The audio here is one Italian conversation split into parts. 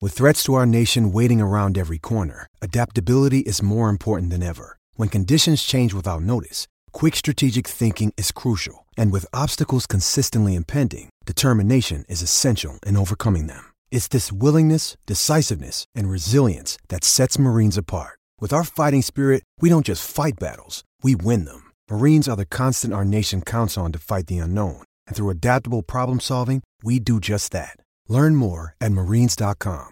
With threats to our nation waiting around every corner, adaptability is more important than ever. When conditions change without notice, quick strategic thinking is crucial. And with obstacles consistently impending, determination is essential in overcoming them. It's this willingness, decisiveness, and resilience that sets Marines apart. With our fighting spirit, we don't just fight battles, we win them. Marines are the constant our nation counts on to fight the unknown. And through adaptable problem solving, we do just that. Learn more at marines.com.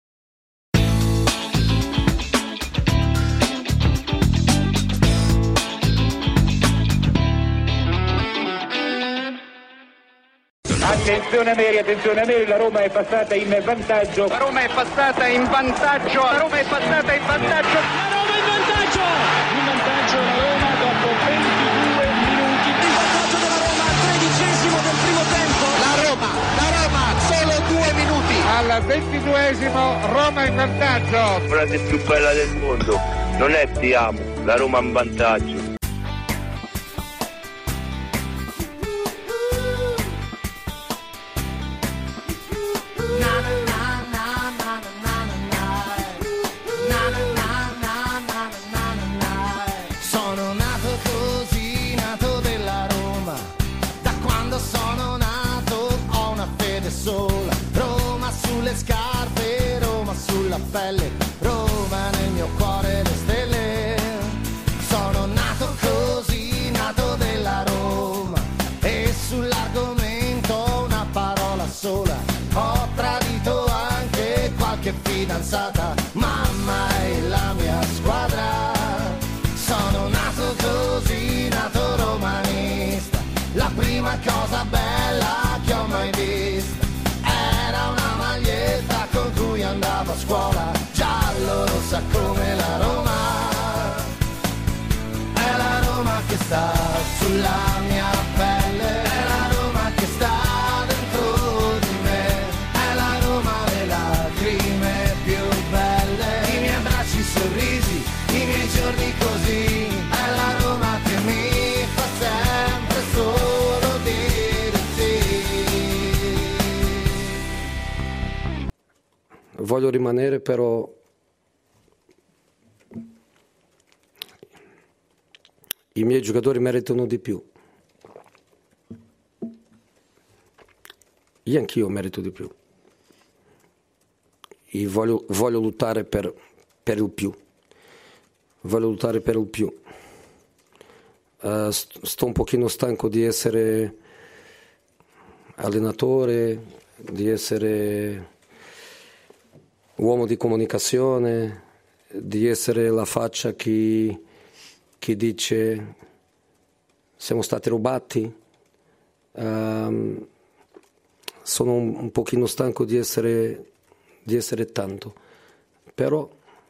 Attenzione Ameri, la Roma è passata in vantaggio. La Roma è passata in vantaggio. La Roma è passata in vantaggio. La Roma in vantaggio! In vantaggio la Roma dopo 22 minuti. Il vantaggio della Roma al 13° del primo tempo. La Roma, solo 2 minuti. Al 22esimo Roma in vantaggio. La frase più bella del mondo non è ti amo, la Roma in vantaggio. Pelle, Roma nel mio cuore le stelle. Sono nato così, nato della Roma. E sull'argomento una parola sola. Ho tradito anche qualche fidanzata. Mamma è la mia squadra. Sono nato così, nato romanista. La prima cosa bella che ho mai vista era una maglietta con cui andavo a scuola, giallo rossa come la Roma. È la Roma che sta sulla mia pelle, è la Roma che sta dentro di me, è la Roma le lacrime più belle, i miei abbracci, i sorrisi, i miei giorni così, è la Roma che mi fa sempre solo dire sì. Voglio rimanere, però i miei giocatori meritano di più. Io anch'io merito di più. E voglio lottare per il più. Voglio lottare per il più. Sto un pochino stanco di essere allenatore, di essere uomo di comunicazione, di essere la faccia che dice siamo stati rubati. Sono un pochino stanco di essere tanto, però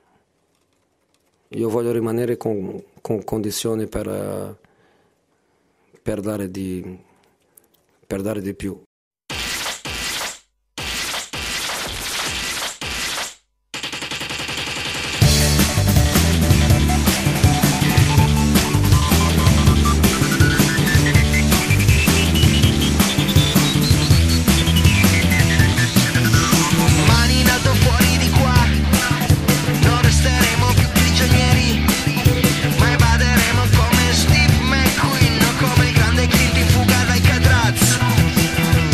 io voglio rimanere con condizioni per dare di più. Come il grande Kirby fuga dai Cadraz.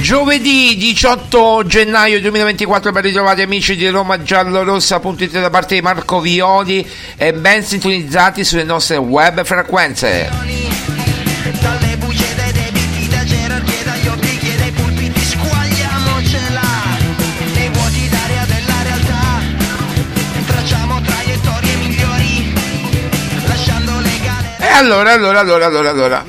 Giovedì 18 gennaio 2024, ben ritrovati amici di Roma Giallorossa.it da parte di Marco Violi e ben sintonizzati sulle nostre web frequenze. Dalle bugie dei debiti, da gerarchie, dagli obblighi, dai pulpiti, squagliamocela nei vuoti d'aria della realtà, tracciamo traiettorie migliori, lasciando le gare. E allora,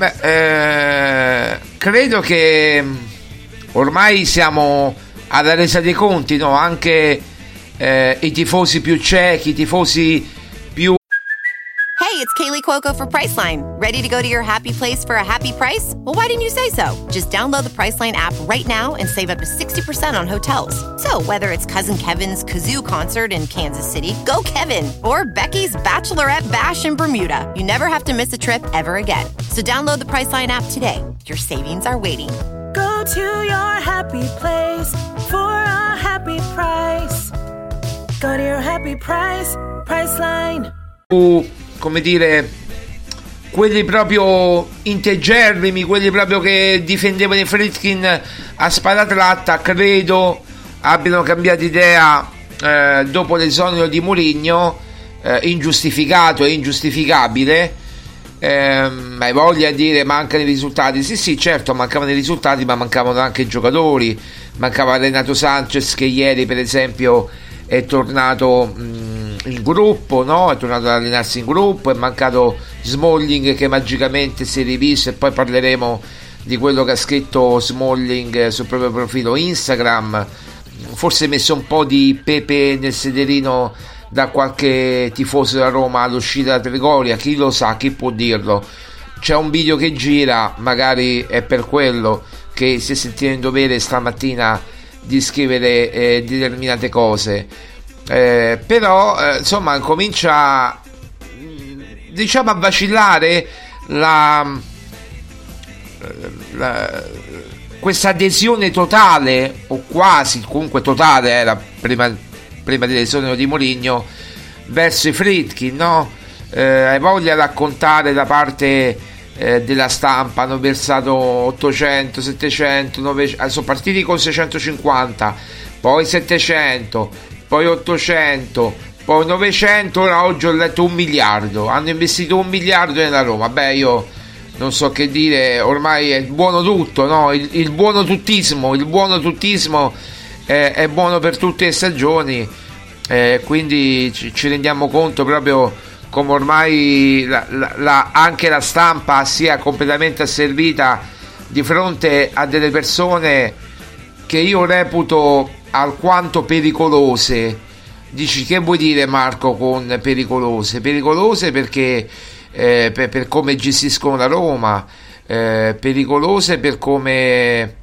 credo che ormai siamo alla resa dei conti, no? Anche i tifosi più ciechi, i tifosi più... Hey, it's Kaylee Cuoco for Priceline. Ready to go to your happy place for a happy price? Well, why didn't you say so? Just download the Priceline app right now and save up to 60% on hotels. So whether it's Cousin Kevin's Kazoo Concert in Kansas City, go Kevin, or Becky's Bachelorette Bash in Bermuda, you never have to miss a trip ever again. So download the Priceline app today. Your savings are waiting. Go to your happy place for a happy price. Go to your happy price, Priceline. Come dire, quelli proprio integerrimi, quelli proprio che difendevano i Friedkin a spada tratta, credo abbiano cambiato idea dopo l'esonero di Mourinho, ingiustificato e ingiustificabile. Hai voglia di dire mancano i risultati? Sì, certo, mancavano i risultati, ma mancavano anche i giocatori. Mancava Renato Sanchez, che ieri per esempio è tornato in gruppo, no? È tornato ad allenarsi in gruppo. È mancato Smalling, che magicamente si è rivisto, e poi parleremo di quello che ha scritto Smalling sul proprio profilo Instagram. Forse messo un po' di pepe nel sederino da qualche tifoso della Roma all'uscita da Trigoria, chi lo sa, chi può dirlo. C'è un video che gira, magari è per quello che si è sentito in dovere stamattina di scrivere determinate cose, però insomma comincia, diciamo, a vacillare questa adesione totale, o quasi, comunque totale era prima dell'esonero di Mourinho, verso i Friedkin, no? Hai voglia di raccontare da parte della stampa, hanno versato 800, 700, 900, sono partiti con 650, poi 700, poi 800, poi 900, ora oggi ho letto 1 miliardo, hanno investito 1 miliardo nella Roma. Beh, io non so che dire, ormai è buono tutto, no? Il buono tuttismo è buono per tutte le stagioni, quindi ci rendiamo conto proprio come ormai anche la stampa sia completamente asservita di fronte a delle persone che io reputo alquanto pericolose. Dici, che vuoi dire, Marco, con pericolose? Pericolose perché per come gestiscono la Roma, pericolose per come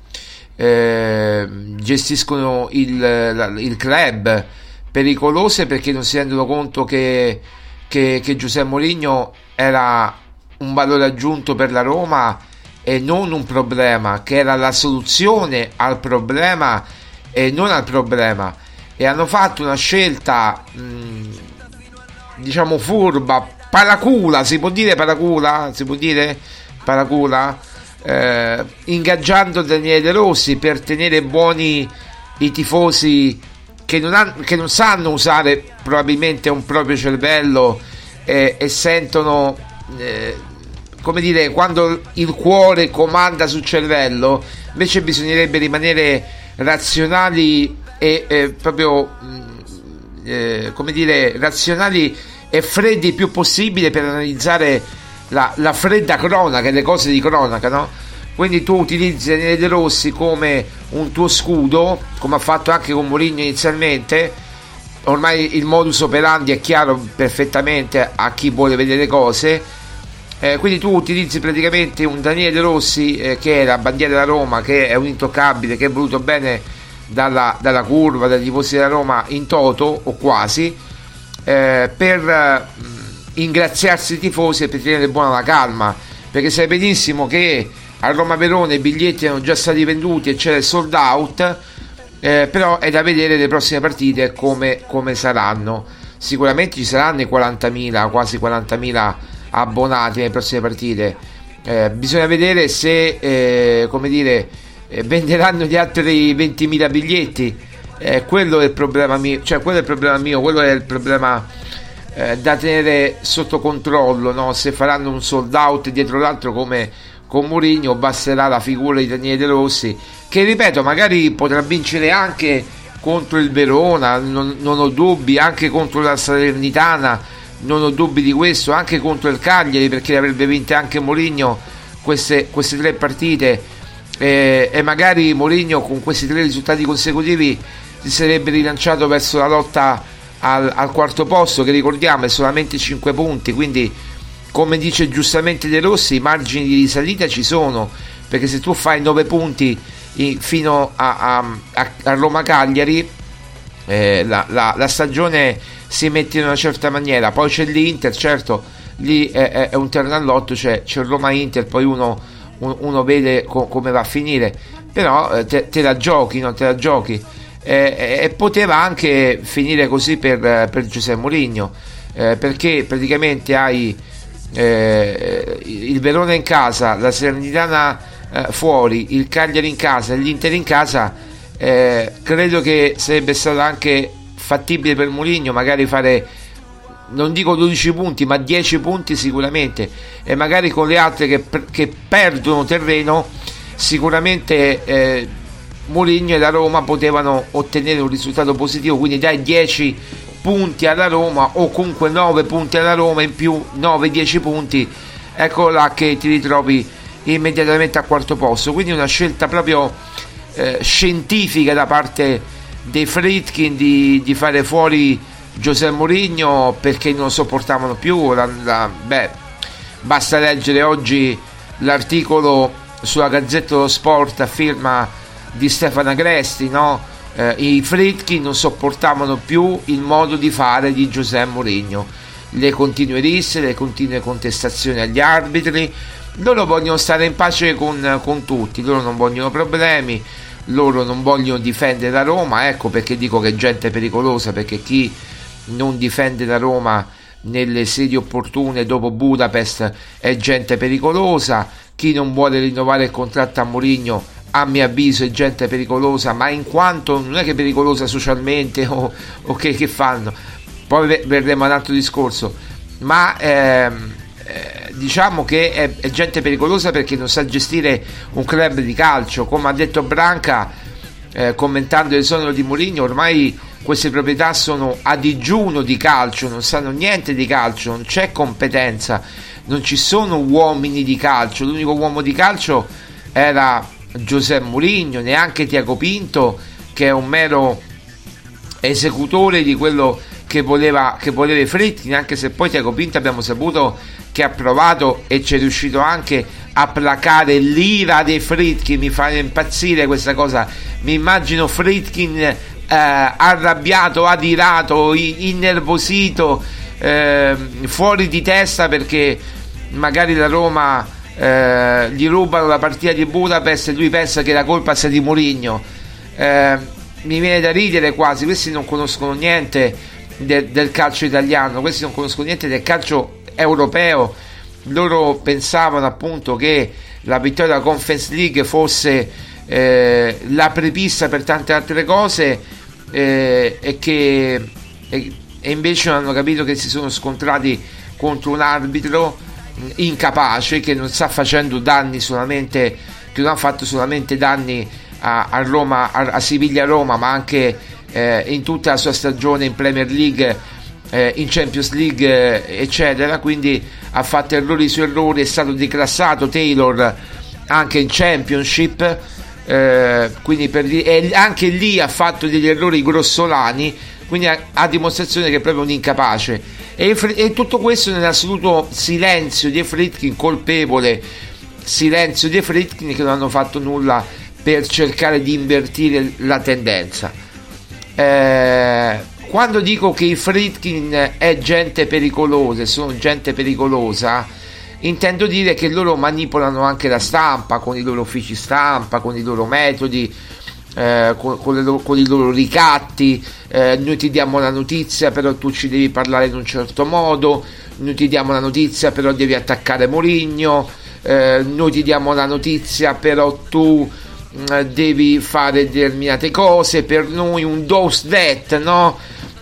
gestiscono il club, pericolose perché non si rendono conto che Giuseppe Mourinho era un valore aggiunto per la Roma e non un problema, che era la soluzione al problema e non al problema, e hanno fatto una scelta diciamo furba, paracula, si può dire paracula, ingaggiando Daniele De Rossi per tenere buoni i tifosi che non sanno usare probabilmente un proprio cervello e sentono, come dire, quando il cuore comanda sul cervello. Invece bisognerebbe rimanere razionali e proprio come dire, razionali e freddi il più possibile per analizzare la fredda cronaca e le cose di cronaca, no? Quindi tu utilizzi Daniele De Rossi come un tuo scudo, come ha fatto anche con Mourinho inizialmente. Ormai il modus operandi è chiaro perfettamente a chi vuole vedere le cose, quindi tu utilizzi praticamente un Daniele De Rossi che è la bandiera della Roma, che è un intoccabile, che è voluto bene dalla curva, dai tifosi della Roma in toto o quasi, per ingraziarsi i tifosi e per tenere buona la calma, perché sai benissimo che a Roma Verona i biglietti erano già stati venduti e c'era il sold out, però è da vedere le prossime partite come saranno. Sicuramente ci saranno i 40.000, quasi 40.000 abbonati nelle prossime partite. Bisogna vedere se come dire, venderanno gli altri 20.000 biglietti. Quello è il problema mio, quello è il problema da tenere sotto controllo, no? Se faranno un sold out dietro l'altro come con Mourinho, basterà la figura di Daniele De Rossi, che ripeto magari potrà vincere anche contro il Verona, non ho dubbi, anche contro la Salernitana non ho dubbi di questo, anche contro il Cagliari, perché avrebbe vinte anche Mourinho queste 3 partite, e magari Mourinho con questi 3 risultati consecutivi si sarebbe rilanciato verso la lotta al quarto posto, che ricordiamo è solamente 5 punti, quindi come dice giustamente De Rossi i margini di risalita ci sono, perché se tu fai 9 punti fino a Roma-Cagliari, la stagione si mette in una certa maniera. Poi c'è l'Inter, certo lì è un terno all'otto, c'è Roma-Inter, poi uno vede come va a finire, però te la giochi, no? Te la giochi. E poteva anche finire così per Giuseppe Mourinho, perché praticamente hai il Verona in casa, la Salernitana fuori, il Cagliari in casa e l'Inter in casa. Credo che sarebbe stato anche fattibile per Mourinho magari fare, non dico 12 punti ma 10 punti sicuramente, e magari con le altre che perdono terreno sicuramente Mourinho e la Roma potevano ottenere un risultato positivo, quindi dai 10 punti alla Roma o comunque 9 punti alla Roma, in più 9-10 punti, ecco là che ti ritrovi immediatamente al quarto posto. Quindi una scelta proprio scientifica da parte dei Friedkin di fare fuori Giuseppe Mourinho, perché non lo sopportavano più. Basta leggere oggi l'articolo sulla Gazzetta dello Sport a firma di Stefano Agresti, no? I Friedkin non sopportavano più il modo di fare di Giuseppe Mourinho, le continue risse, le continue contestazioni agli arbitri. Loro vogliono stare in pace con tutti, loro non vogliono problemi, loro non vogliono difendere la Roma. Ecco perché dico che è gente pericolosa, perché chi non difende la Roma nelle sedi opportune dopo Budapest è gente pericolosa. Chi non vuole rinnovare il contratto a Mourinho, a mio avviso, è gente pericolosa, ma in quanto non è che pericolosa socialmente o che fanno, poi vedremo un altro discorso, ma diciamo che è gente pericolosa perché non sa gestire un club di calcio. Come ha detto Branca commentando l'esonero di Mourinho, ormai queste proprietà sono a digiuno di calcio, non sanno niente di calcio, non c'è competenza, non ci sono uomini di calcio. L'unico uomo di calcio era Giuseppe Mourinho, neanche Tiago Pinto, che è un mero esecutore di quello che voleva i Friedkin, anche se poi Tiago Pinto abbiamo saputo che ha provato e ci è riuscito anche a placare l'ira dei Friedkin. Mi fa impazzire questa cosa, mi immagino Friedkin arrabbiato, adirato, innervosito, fuori di testa perché magari la Roma gli rubano la partita di Budapest e lui pensa che la colpa sia di Mourinho. Mi viene da ridere quasi. Questi non conoscono niente del calcio italiano, questi non conoscono niente del calcio europeo. Loro pensavano appunto che la vittoria della Conference League fosse la prepista per tante altre cose, e invece non hanno capito che si sono scontrati contro un arbitro incapace, che non sta facendo danni solamente, che non ha fatto solamente danni a Roma, a Siviglia-Roma, ma anche in tutta la sua stagione in Premier League, in Champions League, eccetera. Quindi ha fatto errori su errori, è stato declassato Taylor anche in Championship, quindi e anche lì ha fatto degli errori grossolani, quindi a dimostrazione che è proprio un incapace. E tutto questo nell'assoluto silenzio di Friedkin, colpevole silenzio di Friedkin, che non hanno fatto nulla per cercare di invertire la tendenza. Quando dico che i Friedkin è gente pericolosa, sono gente pericolosa, intendo dire che loro manipolano anche la stampa con i loro uffici stampa, con i loro metodi, con i loro ricatti. Noi ti diamo la notizia, però tu ci devi parlare in un certo modo. Noi ti diamo la notizia, però devi attaccare Mourinho. Noi ti diamo la notizia, però tu devi fare determinate cose, per noi un do's that, no?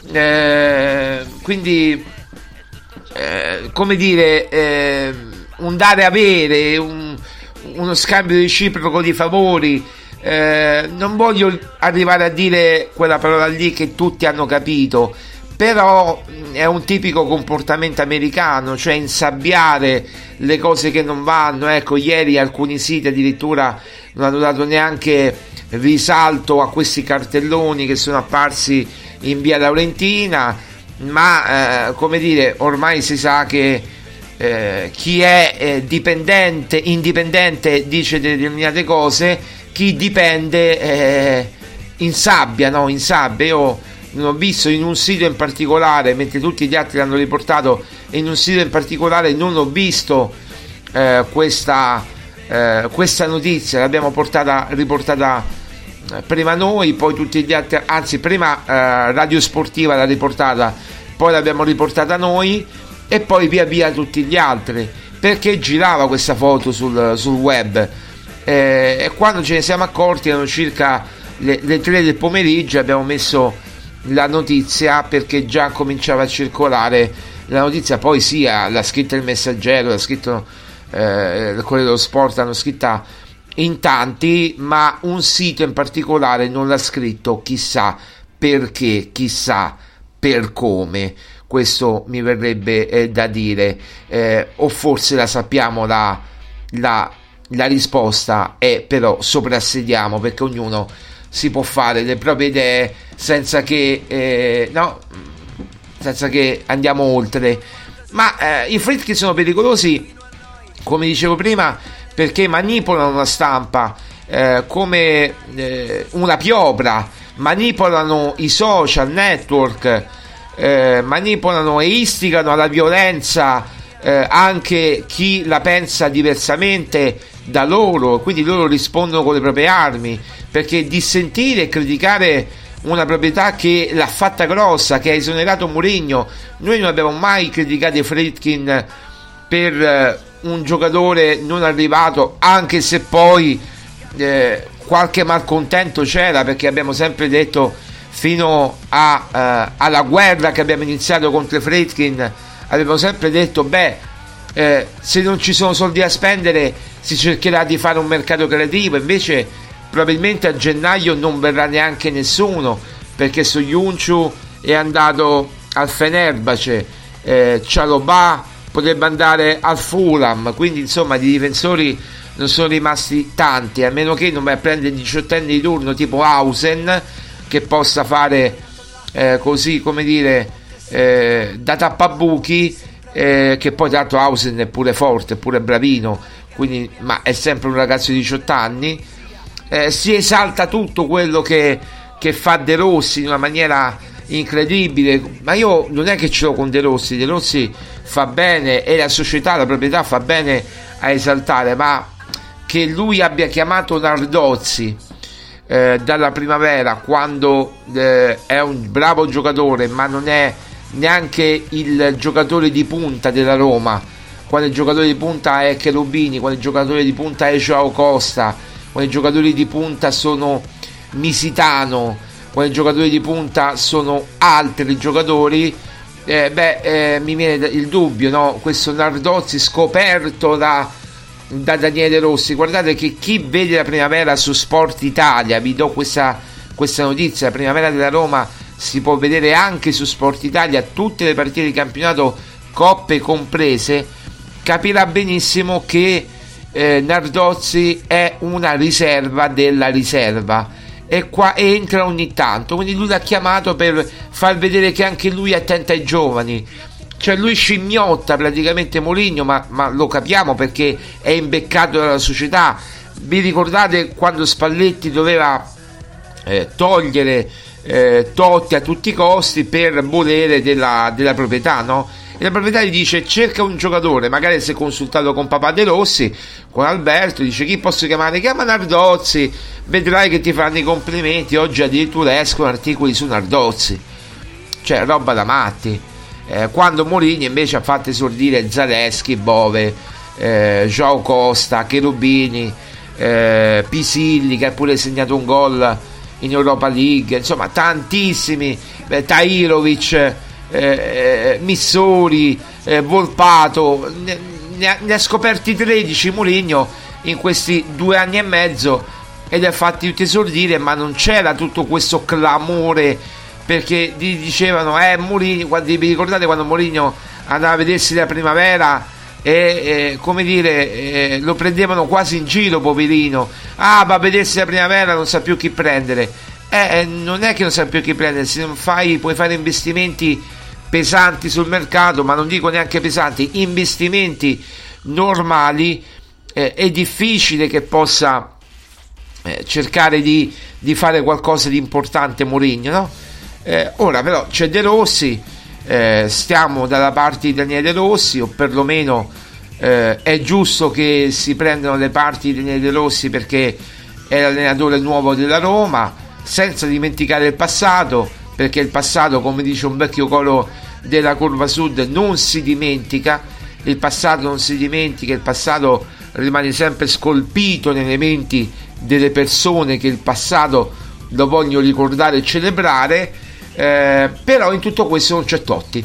Quindi come dire, un dare avere, uno scambio reciproco di favori. Non voglio arrivare a dire quella parola lì che tutti hanno capito, però è un tipico comportamento americano, cioè insabbiare le cose che non vanno. Ecco, ieri alcuni siti addirittura non hanno dato neanche risalto a questi cartelloni che sono apparsi in via Laurentina, ma come dire, ormai si sa che chi è indipendente dice determinate cose, chi dipende insabbia, no? Insabbia. Io non ho visto in un sito in particolare, mentre tutti gli altri l'hanno riportato, in un sito in particolare non ho visto questa notizia. L'abbiamo riportata prima noi, poi tutti gli altri, anzi prima Radio Sportiva l'ha riportata, poi l'abbiamo riportata noi e poi via via tutti gli altri, perché girava questa foto sul web, e quando ce ne siamo accorti erano circa le 3 del pomeriggio. Abbiamo messo la notizia perché già cominciava a circolare la notizia. Poi sì, l'ha scritta il Messaggero, l'ha scritto il Corriere dello Sport, l'hanno scritta in tanti, ma un sito in particolare non l'ha scritto, chissà perché, chissà per come. Questo mi verrebbe da dire, o forse la sappiamo la risposta, però soprassediamo, perché ognuno si può fare le proprie idee senza che andiamo oltre. Ma i Friedkin sono pericolosi, come dicevo prima, perché manipolano la stampa come una piovra, manipolano i social network, manipolano e istigano alla violenza anche chi la pensa diversamente da loro, quindi loro rispondono con le proprie armi, perché dissentire e criticare una proprietà che l'ha fatta grossa, che ha esonerato Mourinho, noi non abbiamo mai criticato i Friedkin per un giocatore non arrivato, anche se poi qualche malcontento c'era, perché abbiamo sempre detto, fino alla guerra che abbiamo iniziato contro i Friedkin, abbiamo sempre detto se non ci sono soldi da spendere si cercherà di fare un mercato creativo. Invece probabilmente a gennaio non verrà neanche nessuno, perché Soyuncu è andato al Fenerbahce, Chalobah potrebbe andare al Fulham, quindi insomma di difensori non sono rimasti tanti, a meno che non vai a prendere 18enni di turno tipo Hausen, che possa fare così, come dire, da tappabuchi, che poi tra l'altro Hausen è pure forte, è pure bravino, quindi, ma è sempre un ragazzo di 18 anni. Si esalta tutto quello che fa De Rossi in una maniera incredibile, ma io non è che ce l'ho con De Rossi fa bene, e la società, la proprietà fa bene a esaltare, ma che lui abbia chiamato Nardozzi dalla primavera, quando è un bravo giocatore, ma non è neanche il giocatore di punta della Roma, quando il giocatore di punta è Cherubini, quando il giocatore di punta è Joao Costa, quando i giocatori di punta sono Misitano, quando i giocatori di punta sono altri giocatori, mi viene il dubbio, no? Questo Nardozzi scoperto da Daniele Rossi. Guardate che chi vede la primavera su Sport Italia, vi do questa notizia, la primavera della Roma si può vedere anche su Sport Italia, tutte le partite di campionato, coppe comprese, capirà benissimo che Nardozzi è una riserva della riserva, e qua entra ogni tanto, quindi lui l'ha chiamato per far vedere che anche lui è attento ai giovani, cioè lui scimmiotta praticamente Mourinho, ma lo capiamo perché è imbeccato dalla società. Vi ricordate quando Spalletti doveva togliere Totti a tutti i costi per volere della proprietà, no? E la proprietà gli dice: cerca un giocatore, magari si è consultato con papà De Rossi, con Alberto, dice: chi posso chiamare? Chiama Nardozzi, vedrai che ti faranno i complimenti. Oggi addirittura escono articoli su Nardozzi, cioè roba da matti. Quando Mourinho invece ha fatto esordire Zaleschi, Bove, Joao Costa, Cherubini, Pisilli che ha pure segnato un gol in Europa League, insomma tantissimi, Tahirovic, Missori, Volpato, ne ha scoperti 13 Mourinho in questi 2 anni e mezzo, ed ha fatti tutti esordire, ma non c'era tutto questo clamore, perché dicevano Mourinho, vi ricordate quando Mourinho andava a vedersi la Primavera e come dire, lo prendevano quasi in giro, poverino, va a vedersi la Primavera, non sa più chi prendere. Non è che non sa più chi prendere, se non puoi fare investimenti pesanti sul mercato, ma non dico neanche pesanti, investimenti normali, è difficile che possa cercare di fare qualcosa di importante Mourinho, no? Ora però c'è De Rossi, stiamo dalla parte di Daniele De Rossi, o perlomeno è giusto che si prendano le parti di Daniele De Rossi, perché è l'allenatore nuovo della Roma, senza dimenticare il passato, perché il passato, come dice un vecchio coro della Curva Sud, non si dimentica, il passato non si dimentica, il passato rimane sempre scolpito nelle menti delle persone che il passato lo vogliono ricordare e celebrare. Però in tutto questo non c'è Totti,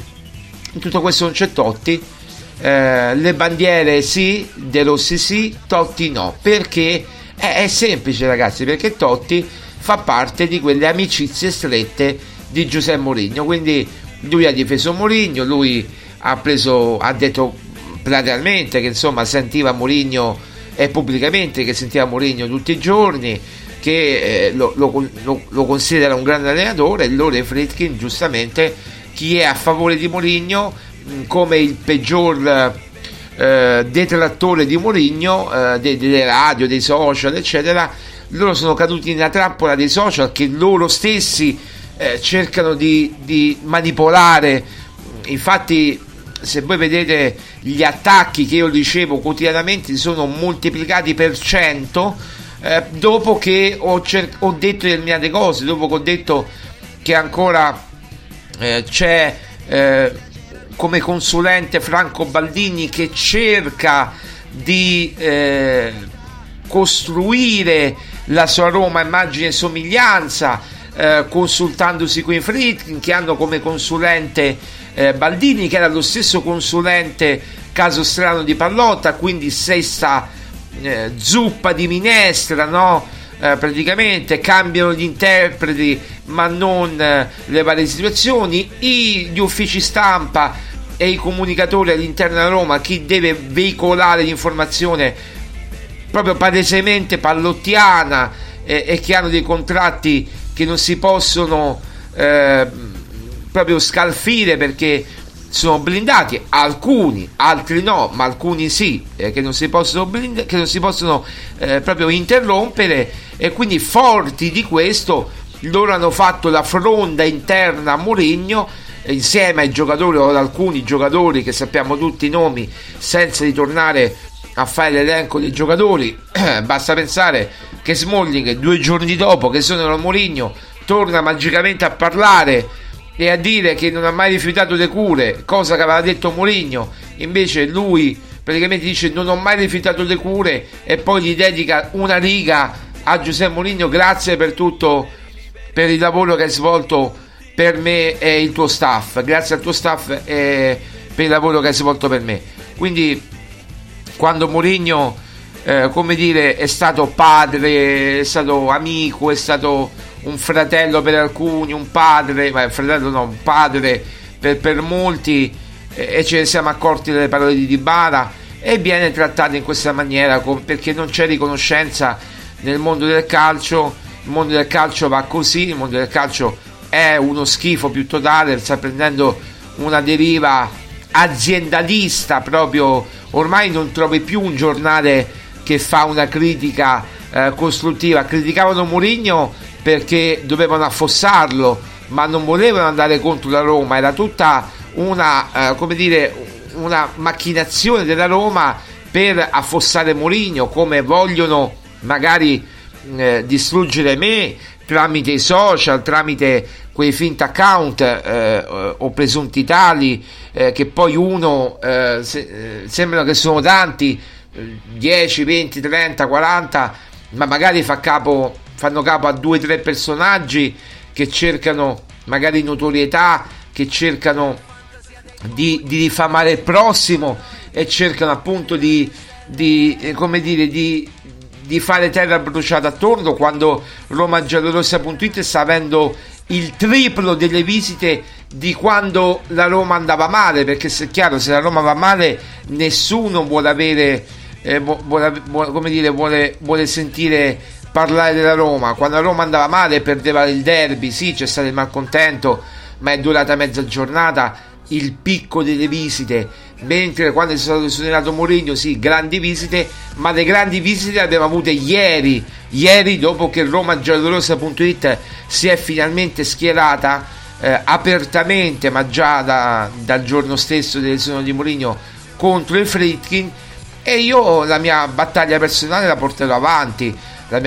le bandiere sì, De Rossi sì, Totti no, perché è semplice, ragazzi, perché Totti fa parte di quelle amicizie strette di Giuseppe Mourinho, quindi lui ha difeso Mourinho, lui ha detto platealmente che insomma sentiva Mourinho, e pubblicamente che sentiva Mourinho tutti i giorni, che lo considera un grande allenatore. E Lore Friedkin, giustamente, chi è a favore di Mourinho come il peggior detrattore di Mourinho, delle radio, dei social eccetera, loro sono caduti nella trappola dei social che loro stessi cercano di manipolare. Infatti, se voi vedete gli attacchi che io ricevo quotidianamente, si sono moltiplicati per 100 dopo che ho detto determinate cose, dopo che ho detto che ancora c'è come consulente Franco Baldini che cerca di costruire la sua Roma immagine e somiglianza, consultandosi con i Friedkin, che hanno come consulente Baldini, che era lo stesso consulente caso strano di Pallotta, quindi stessa zuppa di minestra, no? Praticamente cambiano gli interpreti ma non le varie situazioni, gli uffici stampa e i comunicatori all'interno della Roma, chi deve veicolare l'informazione proprio palesemente pallottiana, e che hanno dei contratti che non si possono proprio scalfire perché sono blindati, alcuni, altri no, ma alcuni sì, che non si possono proprio interrompere. E quindi, forti di questo, loro hanno fatto la fronda interna a Mourinho insieme ai giocatori, o ad alcuni giocatori che sappiamo tutti i nomi, senza ritornare a fare l'elenco dei giocatori. Basta pensare che Smalling 2 giorni dopo che sono a Mourinho torna magicamente a parlare e a dire che non ha mai rifiutato le cure, cosa che aveva detto Mourinho. Invece lui praticamente dice non ho mai rifiutato le cure, e poi gli dedica una riga a Giuseppe Mourinho: grazie per tutto, per il lavoro che hai svolto per me e il tuo staff, grazie al tuo staff e per il lavoro che hai svolto per me. Quindi quando Mourinho come dire, è stato padre, è stato amico, è stato un fratello per alcuni, un padre, ma fratello no, un padre per molti, e ce ne siamo accorti dalle parole di Dybala, e viene trattato in questa maniera perché non c'è riconoscenza nel mondo del calcio. Il mondo del calcio va così, il mondo del calcio è uno schifo più totale, sta prendendo una deriva aziendalista proprio. Ormai non trovi più un giornale che fa una critica costruttiva. Criticavano Mourinho perché dovevano affossarlo, ma non volevano andare contro la Roma. Era tutta una una macchinazione della Roma per affossare Mourinho, come vogliono magari distruggere me tramite i social, tramite quei finti account o presunti tali, che poi sembrano che sono tanti, 10, 20, 30, 40, ma magari fanno capo a 2-3 personaggi che cercano magari notorietà, che cercano di diffamare il prossimo e cercano appunto di fare terra bruciata attorno, quando RomaGiallorossa.it sta avendo il triplo delle visite di quando la Roma andava male, perché se è chiaro, se la Roma va male nessuno vuole avere vuole sentire parlare della Roma. Quando la Roma andava male, perdeva il derby, sì, c'è stato il malcontento, ma è durata mezza giornata il picco delle visite, mentre quando è stato esonerato Mourinho, sì, grandi visite, ma le grandi visite le abbiamo avute ieri dopo che RomaGiallorossa.it si è finalmente schierata apertamente, ma già dal giorno stesso dell'esonero di Mourinho, contro il Friedkin. E io la mia battaglia personale la porterò avanti,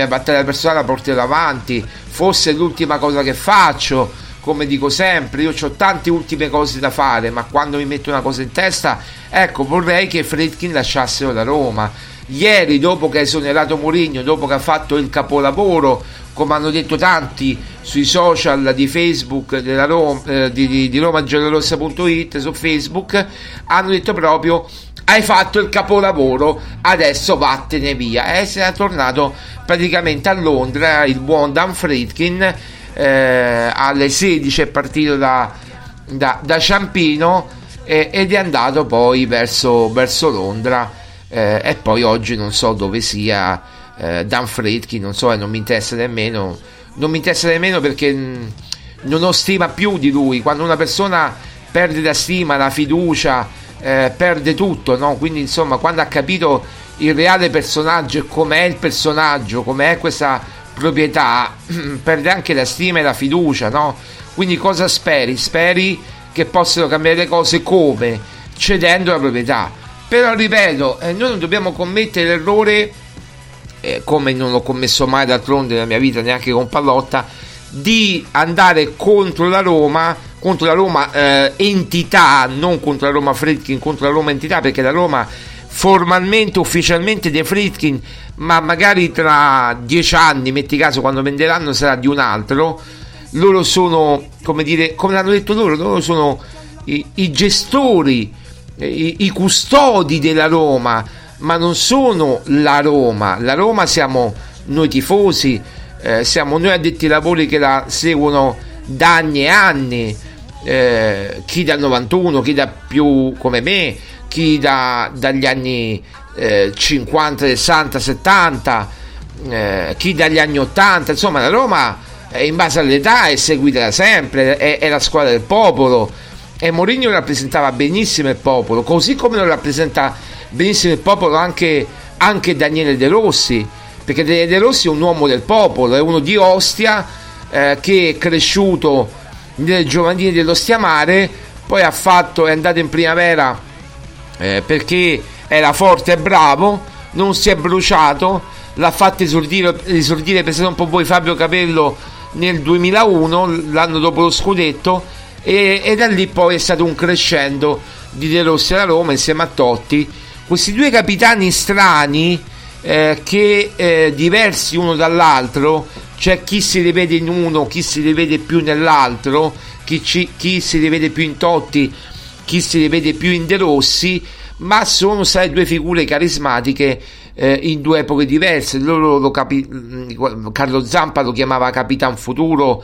fosse l'ultima cosa che faccio, come dico sempre. Io ho tante ultime cose da fare, ma quando mi metto una cosa in testa, ecco, vorrei che Friedkin lasciassero la Roma. Ieri, dopo che ha esonerato Mourinho, dopo che ha fatto il capolavoro, come hanno detto tanti sui social di Facebook della Roma, di RomaGiallorossa.it su Facebook, hanno detto proprio: hai fatto il capolavoro, adesso vattene via. E se è tornato praticamente a Londra il buon Dan Friedkin. Alle 16 è partito da Ciampino ed è andato poi verso Londra, e poi oggi non so dove sia Dan Friedkin, non so, e non mi interessa nemmeno perché non ho stima più di lui. Quando una persona perde la stima, la fiducia, perde tutto, no? Quindi insomma, quando ha capito il reale personaggio e com'è il personaggio, com'è questa proprietà, perde anche la stima e la fiducia, no? Quindi cosa speri? Speri che possano cambiare le cose, come? Cedendo la proprietà. Però ripeto, noi non dobbiamo commettere l'errore, come non l'ho commesso mai d'altronde nella mia vita, neanche con Pallotta, di andare contro la Roma entità, non contro la Roma Friedkin, contro la Roma entità, perché la Roma formalmente, ufficialmente dei Friedkin, ma magari tra 10 anni, metti caso, quando venderanno, sarà di un altro. Loro sono, come l'hanno detto loro sono i gestori, i custodi della Roma, ma non sono la Roma. La Roma siamo noi tifosi, siamo noi addetti ai lavori che la seguono da anni e anni, chi dal 91, chi da più come me, chi dagli anni 50, 60, 70, chi dagli anni 80. Insomma, la Roma, in base all'età, è seguita da sempre, è la squadra del popolo, e Mourinho rappresentava benissimo il popolo, così come lo rappresenta benissimo il popolo anche Daniele De Rossi, perché Daniele De Rossi è un uomo del popolo, è uno di Ostia, che è cresciuto nelle giovanili dell'Ostia Mare, poi è andato in primavera perché era forte e bravo, non si è bruciato, l'ha fatto esordire, pensate un po' voi, Fabio Capello nel 2001, l'anno dopo lo scudetto, e da lì poi è stato un crescendo di De Rossi alla Roma insieme a Totti. Questi due capitani strani, che diversi uno dall'altro, c'è chi si rivede in uno, chi si rivede più nell'altro, chi si rivede più in Totti, chi si rivede più in De Rossi, ma sono state due figure carismatiche in due epoche diverse. Carlo Zampa lo chiamava Capitan Futuro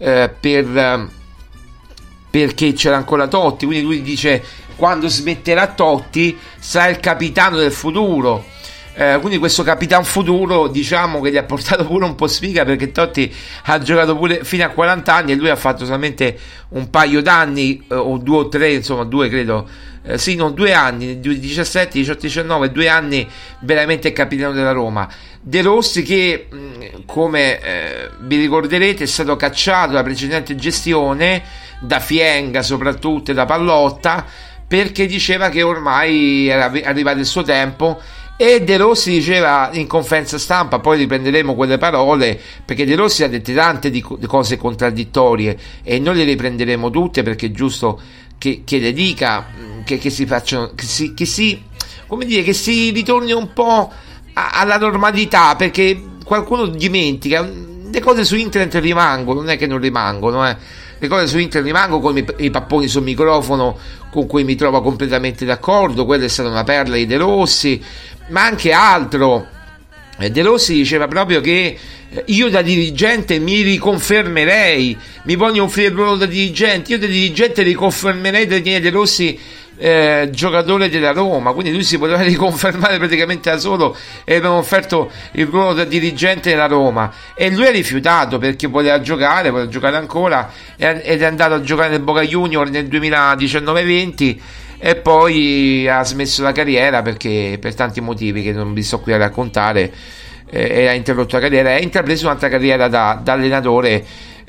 perché c'era ancora Totti, quindi lui dice: quando smetterà Totti sarà il capitano del futuro. Quindi questo Capitan Futuro, diciamo che gli ha portato pure un po' sfiga, perché Totti ha giocato pure fino a 40 anni e lui ha fatto solamente un paio d'anni, o 2 o 3, insomma 2 credo, 2 anni, 17, 18, 19, 2 anni veramente capitano della Roma. De Rossi che, come vi ricorderete, è stato cacciato dalla precedente gestione, da Fienga soprattutto e da Pallotta, perché diceva che ormai era arrivato il suo tempo. E De Rossi diceva in conferenza stampa, poi riprenderemo quelle parole, perché De Rossi ha detto tante di cose contraddittorie e noi le riprenderemo tutte, perché è giusto che le dica, che si facciano, che si come dire, che si ritorni un po' alla normalità, perché qualcuno dimentica, le cose su internet rimangono, non è che non rimangono, le cose su internet rimangono, come i papponi sul microfono, con cui mi trovo completamente d'accordo, quella è stata una perla di De Rossi, ma anche altro. De Rossi diceva proprio che io da dirigente mi riconfermerei, mi voglio offrire il ruolo da dirigente, io da dirigente riconfermerei Daniele De Rossi giocatore della Roma, quindi lui si poteva riconfermare praticamente da solo, e avevano offerto il ruolo da dirigente della Roma, e lui ha rifiutato perché voleva giocare ancora, ed è andato a giocare nel Boca Junior nel 2019-20, e poi ha smesso la carriera perché per tanti motivi che non vi sto qui a raccontare, ha interrotto la carriera, ha intrapreso un'altra carriera da allenatore.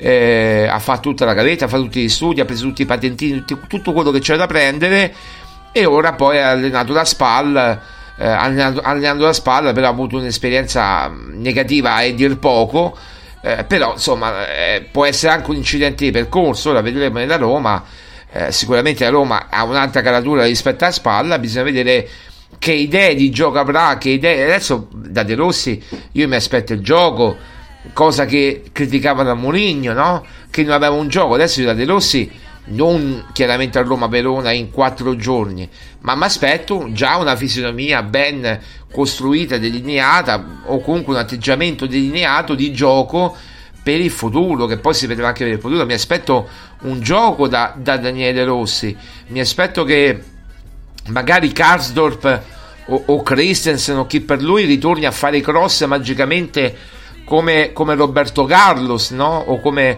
Ha fatto tutta la gavetta, ha fatto tutti gli studi, ha preso tutti i patentini, tutto quello che c'era da prendere, e ora poi ha allenato la SPAL, allenando la SPAL, però ha avuto un'esperienza negativa a dir poco, però insomma può essere anche un incidente di percorso. Ora vedremo nella Roma, sicuramente la Roma ha un'altra caratura rispetto alla SPAL, bisogna vedere che idee di gioco avrà, che idee. Adesso da De Rossi io mi aspetto il gioco, cosa che criticavano a Mourinho, no? Che non aveva un gioco. Adesso io da De Rossi, non chiaramente a Roma-Verona in 4 giorni, ma mi aspetto già una fisionomia ben costruita, delineata, o comunque un atteggiamento delineato di gioco per il futuro, che poi si vedrà anche per il futuro. Mi aspetto un gioco da Daniele De Rossi, mi aspetto che magari Karsdorp o Christensen o chi per lui ritorni a fare i cross magicamente come Roberto Carlos, no? O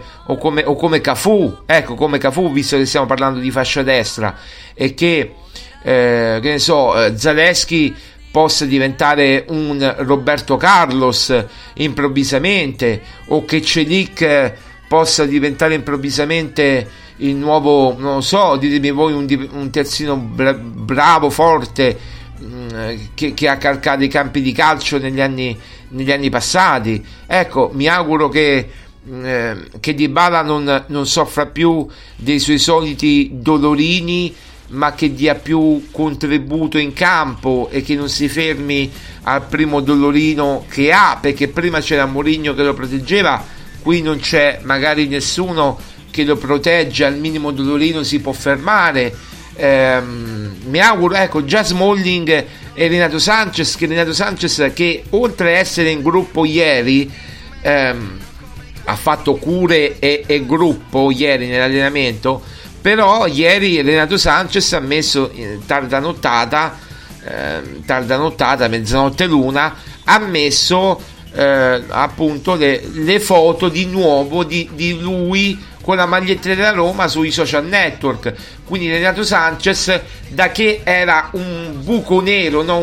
come Cafù, ecco, come Cafù, visto che stiamo parlando di fascia destra, e che ne so, Zalewski possa diventare un Roberto Carlos improvvisamente, o che Celik possa diventare improvvisamente il nuovo, non lo so, ditemi voi, un terzino bravo, forte, che ha calcato i campi di calcio negli anni passati. Ecco, mi auguro che Dybala non soffra più dei suoi soliti dolorini, ma che dia più contributo in campo e che non si fermi al primo dolorino che ha, perché prima c'era Mourinho che lo proteggeva, qui non c'è magari nessuno che lo protegge, al minimo dolorino si può fermare. Mi auguro, ecco, già Smalling e Renato Sanchez, che oltre a essere in gruppo ieri, ha fatto cure e gruppo ieri nell'allenamento, però ieri Renato Sanchez ha messo tarda nottata, mezzanotte l'una, ha messo appunto le foto di nuovo di lui con la maglietta della Roma sui social network. Quindi Renato Sanchez, da che era un buco nero, no?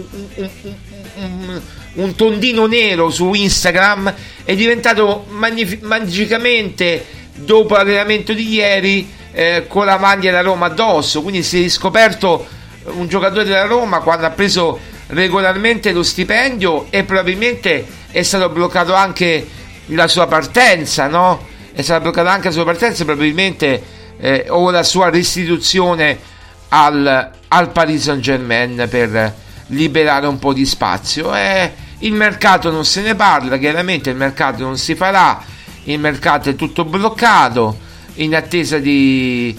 un tondino nero su Instagram, è diventato magicamente, dopo l'allenamento di ieri, con la maglia della Roma addosso. Quindi si è riscoperto un giocatore della Roma quando ha preso regolarmente lo stipendio, e probabilmente è stato bloccato anche la sua partenza, no? È stata bloccata anche la sua partenza, probabilmente, o la sua restituzione al Paris Saint-Germain, per liberare un po' di spazio. Il mercato non se ne parla, chiaramente il mercato non si farà, il mercato è tutto bloccato in attesa di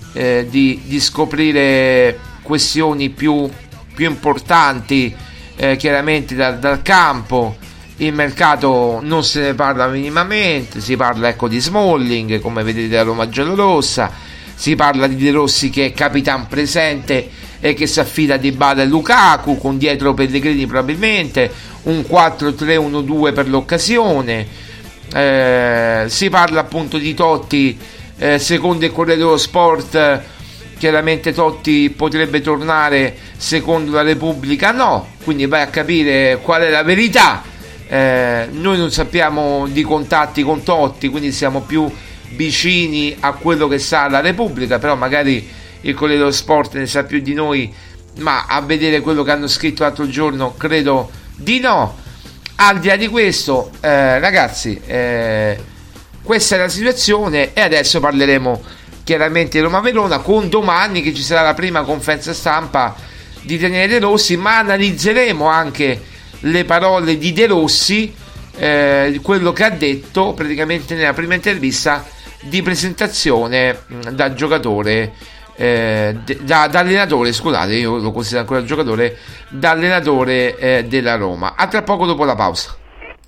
scoprire questioni più importanti, chiaramente dal campo. Il mercato non se ne parla minimamente, si parla, ecco, di Smalling, come vedete, da Roma giallorossa, si parla di De Rossi che è capitan presente e che si affida a Dybala e Lukaku, con dietro Pellegrini probabilmente, un 4-3-1-2 per l'occasione. Si parla appunto di Totti, secondo il Corriere dello Sport, chiaramente Totti potrebbe tornare, secondo la Repubblica no, quindi vai a capire qual è la verità. Noi non sappiamo di contatti con Totti, quindi siamo più vicini a quello che sa la Repubblica, però magari il Corriere dello Sport ne sa più di noi, ma a vedere quello che hanno scritto l'altro giorno credo di no. Al di là di questo, ragazzi, questa è la situazione, e adesso parleremo chiaramente di Roma-Verona, con domani che ci sarà la prima conferenza stampa di Daniele De Rossi, ma analizzeremo anche le parole di De Rossi, quello che ha detto praticamente nella prima intervista di presentazione da giocatore, da allenatore, scusate, io lo considero ancora giocatore, da allenatore della Roma. A tra poco dopo la pausa.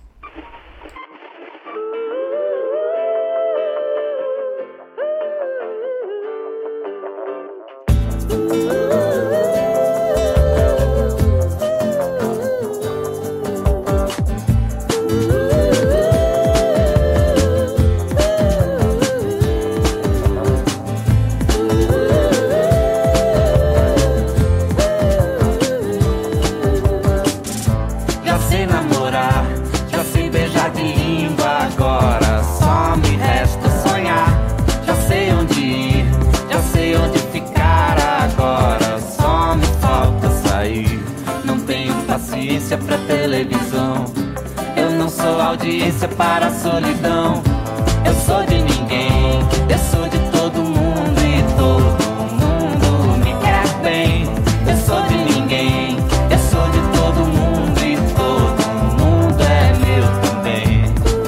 Pra televisão, eu não sou audiência para a solidão. Eu sou de ninguém, eu sou de todo mundo e todo mundo me quer bem. Eu sou de ninguém, eu sou de todo mundo e todo mundo é meu também.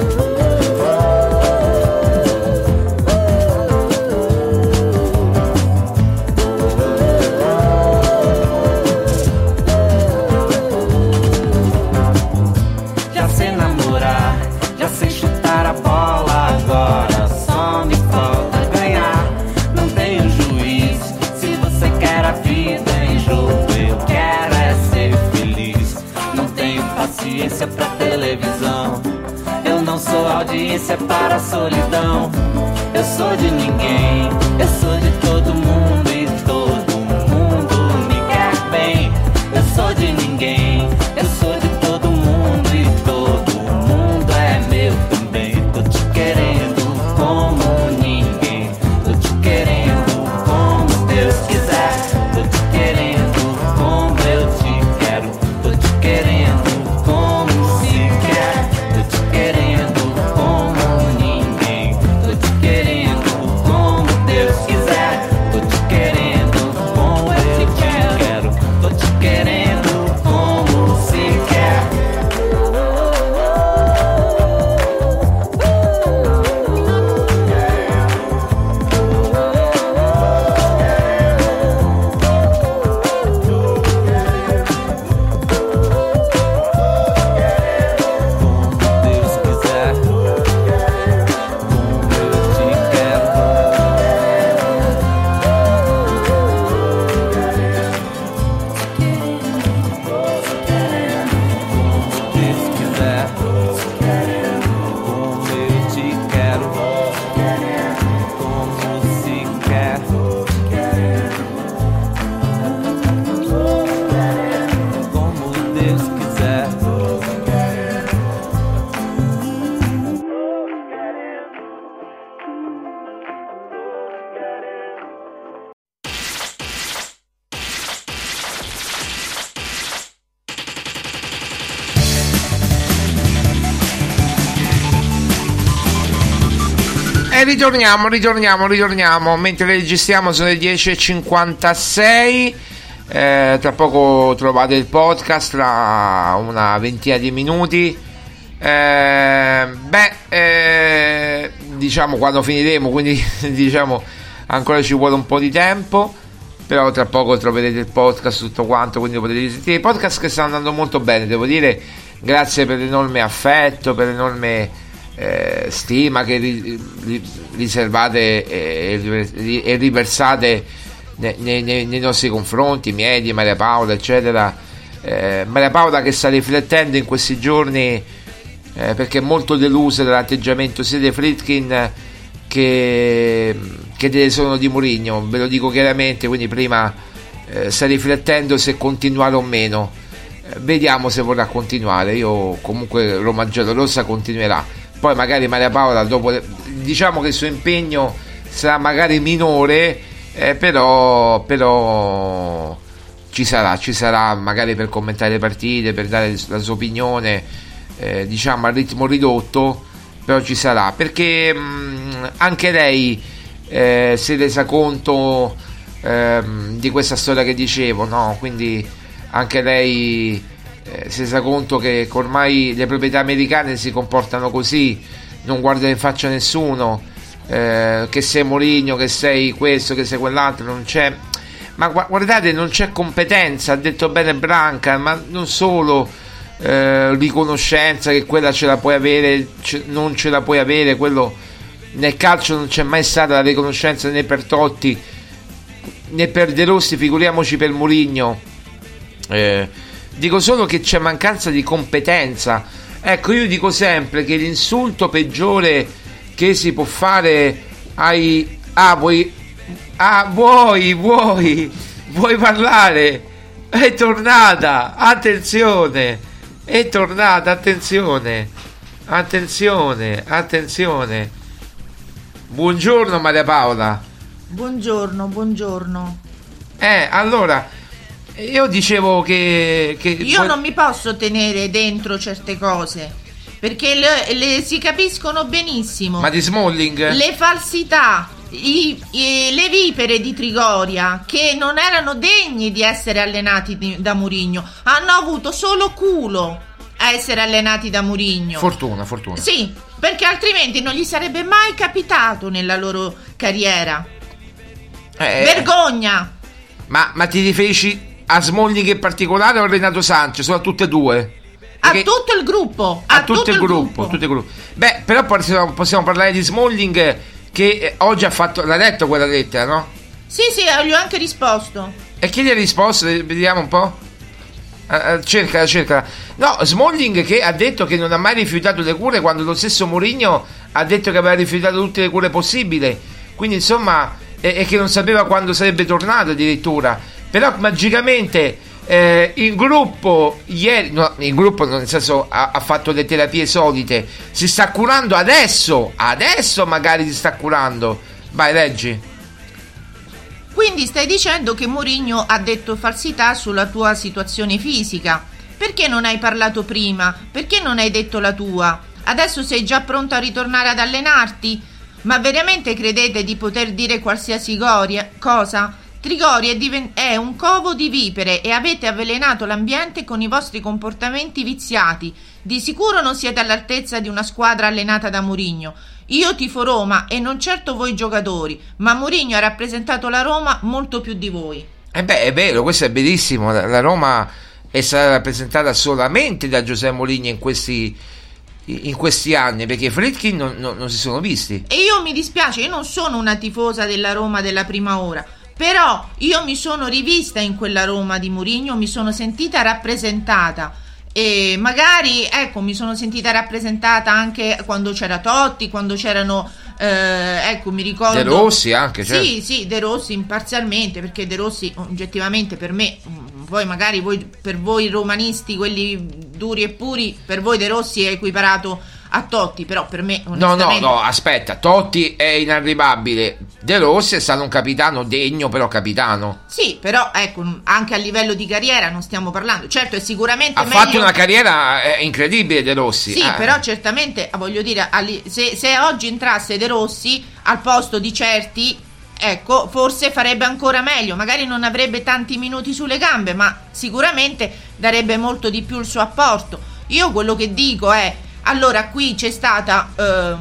Pra televisão, eu não sou audiência para a solidão. Eu sou de ninguém, eu sou de todo mundo e todo mundo me quer bem. Eu sou de ninguém, eu sou de todo mundo e todo mundo é meu também. Tô te querendo como ninguém, tô te querendo como Deus quiser, tô te querendo como eu te quero, tô te querendo Ritorniamo. Mentre registriamo sono le 10:56. Tra poco trovate il podcast, tra una ventina di minuti. Diciamo quando finiremo, quindi diciamo ancora ci vuole un po' di tempo, però tra poco troverete il podcast, tutto quanto, quindi potete sentire i podcast che stanno andando molto bene, devo dire, grazie per l'enorme affetto, per l'enorme stima che riservate e riversate nei nostri confronti, miei, di Maria Paola, eccetera. Maria Paola che sta riflettendo in questi giorni, perché è molto delusa dall'atteggiamento sia di Friedkin che dell'esodo di Mourinho, ve lo dico chiaramente, quindi prima sta riflettendo se continuare o meno. Vediamo se vorrà continuare. Io comunque Roma giallorossa continuerà. Poi magari Maria Paola dopo, diciamo che il suo impegno sarà magari minore, però ci sarà magari per commentare le partite, per dare la sua opinione, diciamo a ritmo ridotto, però ci sarà, perché anche lei si è resa conto di questa storia che dicevo, no? Quindi anche lei si è resa conto che ormai le proprietà americane si comportano così, non guardano in faccia a nessuno, che sei Mourinho, che sei questo, che sei quell'altro, non c'è, ma guardate, non c'è competenza, ha detto bene Branca, ma non solo riconoscenza, che quella ce la puoi avere, non ce la puoi avere, quello nel calcio non c'è mai stata la riconoscenza né per Totti né per De Rossi, figuriamoci per Mourinho. Dico solo che c'è mancanza di competenza. Ecco, io dico sempre che l'insulto peggiore che si può fare vuoi parlare? È tornata, attenzione, è tornata, attenzione. Buongiorno Maria Paola. Buongiorno. Allora, io dicevo che io non mi posso tenere dentro certe cose, perché le si capiscono benissimo. Ma di Smalling? Le falsità, le vipere di Trigoria, che non erano degni di essere allenati da Mourinho, hanno avuto solo culo a essere allenati da Mourinho. Fortuna. Sì, perché altrimenti non gli sarebbe mai capitato nella loro carriera. Vergogna. Ma ti riferisci a Smalling in particolare o a Renato Sanchez? O a tutte e due? Perché a tutto il gruppo. A tutto il gruppo. Beh, però possiamo parlare di Smalling, che oggi ha fatto. L'ha letto quella lettera, no? Sì, gli ho anche risposto. E chi gli ha risposto? Vediamo un po'. Cerca. No, Smalling, che ha detto che non ha mai rifiutato le cure, quando lo stesso Mourinho ha detto che aveva rifiutato tutte le cure possibili. Quindi insomma, e che non sapeva quando sarebbe tornato addirittura. Però magicamente il gruppo ieri, no, il gruppo nel senso ha fatto le terapie solite, si sta curando adesso magari si sta curando. Vai, leggi. Quindi stai dicendo che Mourinho ha detto falsità sulla tua situazione fisica. Perché non hai parlato prima? Perché non hai detto la tua? Adesso sei già pronto a ritornare ad allenarti? Ma veramente credete di poter dire qualsiasi cosa? Trigoria è un covo di vipere e avete avvelenato l'ambiente con i vostri comportamenti viziati. Di sicuro non siete all'altezza di una squadra allenata da Mourinho. Io tifo Roma e non certo voi giocatori, ma Mourinho ha rappresentato la Roma molto più di voi. È vero, questo è verissimo. La Roma è stata rappresentata solamente da Giuseppe Mourinho in questi anni, perché i Friedkin non si sono visti. E io mi dispiace, io non sono una tifosa della Roma della prima ora, però io mi sono rivista in quella Roma di Mourinho, mi sono sentita rappresentata. E magari mi sono sentita rappresentata anche quando c'era Totti, quando c'erano mi ricordo De Rossi anche, certo. Sì, De Rossi imparzialmente, perché De Rossi oggettivamente per me, poi magari per voi romanisti, quelli duri e puri, per voi De Rossi è equiparato a Totti, però per me onestamente... No, aspetta, Totti è inarrivabile, De Rossi è stato un capitano degno, però capitano. Sì, però anche a livello di carriera non stiamo parlando, certo è sicuramente ha fatto una carriera incredibile De Rossi. Sì, però certamente, voglio dire, se oggi entrasse De Rossi al posto di certi, forse farebbe ancora meglio, magari non avrebbe tanti minuti sulle gambe, ma sicuramente darebbe molto di più il suo apporto. Io quello che dico è, allora qui c'è stata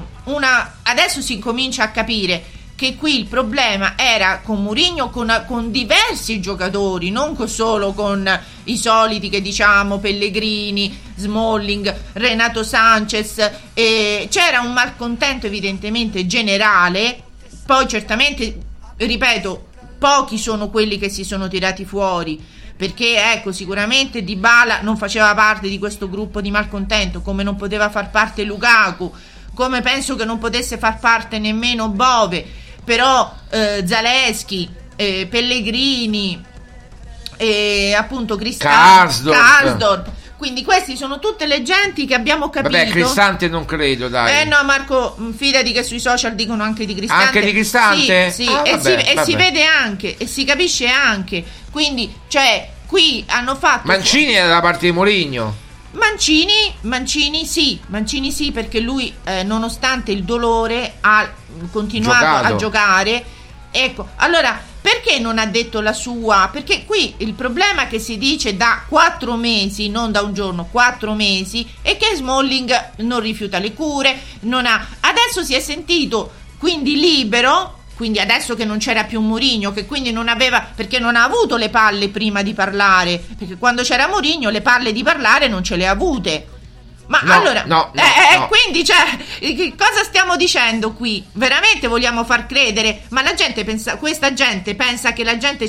adesso si comincia a capire che qui il problema era con Mourinho, con diversi giocatori, non solo con i soliti che diciamo Pellegrini, Smalling, Renato Sanchez, c'era un malcontento evidentemente generale. Poi certamente, ripeto, pochi sono quelli che si sono tirati fuori, perché sicuramente Dybala non faceva parte di questo gruppo di malcontento, come non poteva far parte Lukaku, come penso che non potesse far parte nemmeno Bove, però Zalewski, Pellegrini, appunto Karsdorp. Quindi questi sono tutte le genti che abbiamo capito. Vabbè, Cristante non credo, dai. No, Marco, fidati che sui social dicono anche di Cristante. Anche di Cristante? Sì, vabbè. Si vede anche e si capisce anche. Quindi, qui hanno fatto... Mancini è dalla parte di Mourinho. Mancini sì, perché lui nonostante il dolore ha continuato a giocare. Ecco, allora Perché non ha detto la sua? Perché qui il problema che si dice da 4 mesi, non da un giorno, 4 mesi, è che Smalling non rifiuta le cure, adesso si è sentito quindi libero, quindi adesso che non c'era più Mourinho, che quindi non aveva, perché non ha avuto le palle prima di parlare, perché quando c'era Mourinho le palle di parlare non ce le ha avute. Ma no, allora, no. quindi che cosa stiamo dicendo qui? Veramente vogliamo far credere? Ma la gente questa gente pensa che la gente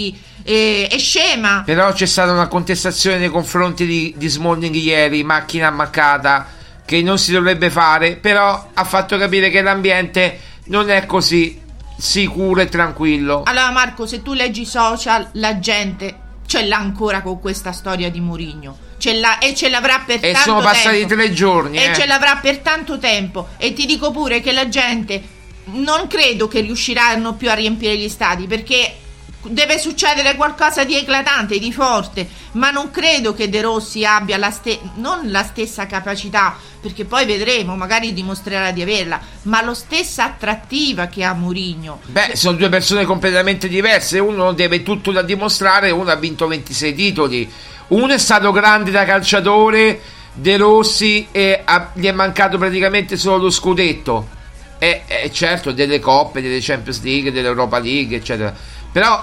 è scema. Però c'è stata una contestazione nei confronti di Smalling ieri, macchina ammaccata, che non si dovrebbe fare, però ha fatto capire che l'ambiente non è così sicuro e tranquillo. Allora Marco, se tu leggi i social, la gente ce l'ha ancora con questa storia di Mourinho. Ce l'avrà per tanto tempo. E sono passati 3 giorni. E ce l'avrà per tanto tempo. E ti dico pure che la gente non credo che riusciranno più a riempire gli stadi, perché deve succedere qualcosa di eclatante, di forte. Ma non credo che De Rossi abbia non la stessa capacità, perché poi vedremo, magari dimostrerà di averla, ma lo stessa attrattiva che ha Mourinho. Beh, sono 2 persone completamente diverse. Uno deve tutto da dimostrare, uno ha vinto 26 titoli. Uno è stato grande da calciatore, De Rossi, e gli è mancato praticamente solo lo scudetto. E certo, delle coppe, delle Champions League, dell'Europa League, eccetera. Però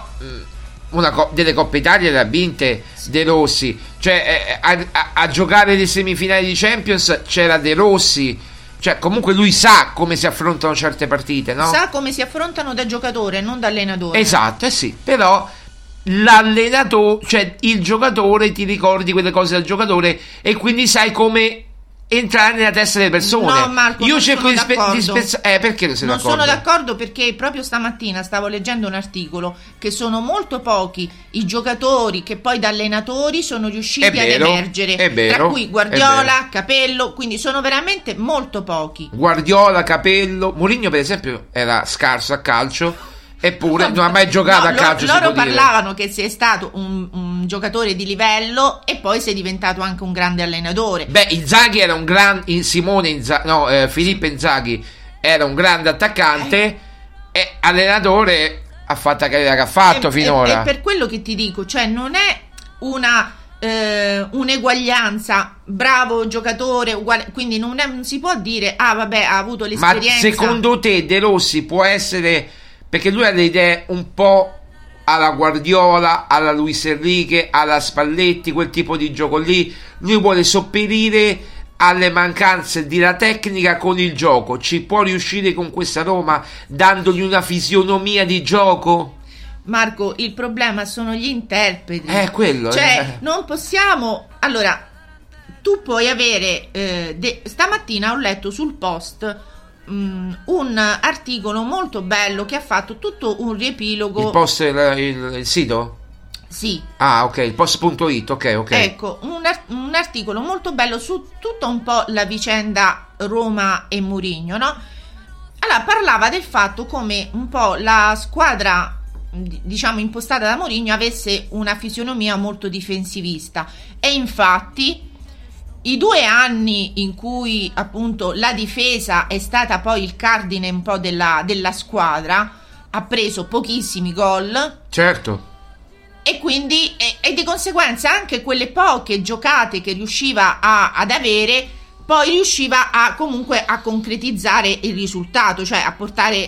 delle Coppe Italia le ha vinte De Rossi. Cioè, a giocare le semifinali di Champions c'era De Rossi. Cioè, comunque lui sa come si affrontano certe partite, no? Sa come si affrontano da giocatore, non da allenatore. Esatto, sì. Però l'allenatore, cioè il giocatore, ti ricordi quelle cose del giocatore e quindi sai come entrare nella testa delle persone. No, Marco, io cerco di spezzare. Perché non sei non d'accordo? Sono d'accordo perché proprio stamattina stavo leggendo un articolo che sono molto pochi i giocatori che poi da allenatori sono riusciti ad emergere. È vero, tra cui Guardiola, Capello, quindi sono veramente molto pochi. Guardiola, Capello, Mourinho per esempio era scarso a calcio. Eppure non ha mai giocato a calcio. Loro parlavano che sei stato un giocatore di livello e poi sei diventato anche un grande allenatore. Beh, Inzaghi era un grande Filippo Inzaghi era un grande attaccante e allenatore ha fatto la carriera che ha fatto finora. E per quello che ti dico, cioè non è un'eguaglianza, bravo giocatore uguale, quindi non si può dire vabbè, ha avuto l'esperienza. Ma secondo te De Rossi può essere, perché lui ha le idee un po' alla Guardiola, alla Luis Enrique, alla Spalletti, quel tipo di gioco lì, lui vuole sopperire alle mancanze della tecnica con il gioco. Ci può riuscire con questa Roma dandogli una fisionomia di gioco? Marco, il problema sono gli interpreti. Quello. Cioè, non possiamo. Allora, tu puoi avere. Stamattina ho letto sul Post un articolo molto bello che ha fatto tutto un riepilogo. Il Post il sito? Sì. Ok, il post.it, ok. Ecco, un articolo molto bello su tutta un po' la vicenda Roma e Mourinho, no? Allora, parlava del fatto come un po' la squadra, diciamo, impostata da Mourinho avesse una fisionomia molto difensivista, e infatti i 2 anni in cui appunto la difesa è stata poi il cardine un po' della squadra, ha preso pochissimi gol. Certo. E quindi e di conseguenza anche quelle poche giocate che riusciva ad avere, poi riusciva comunque a concretizzare il risultato, cioè a portare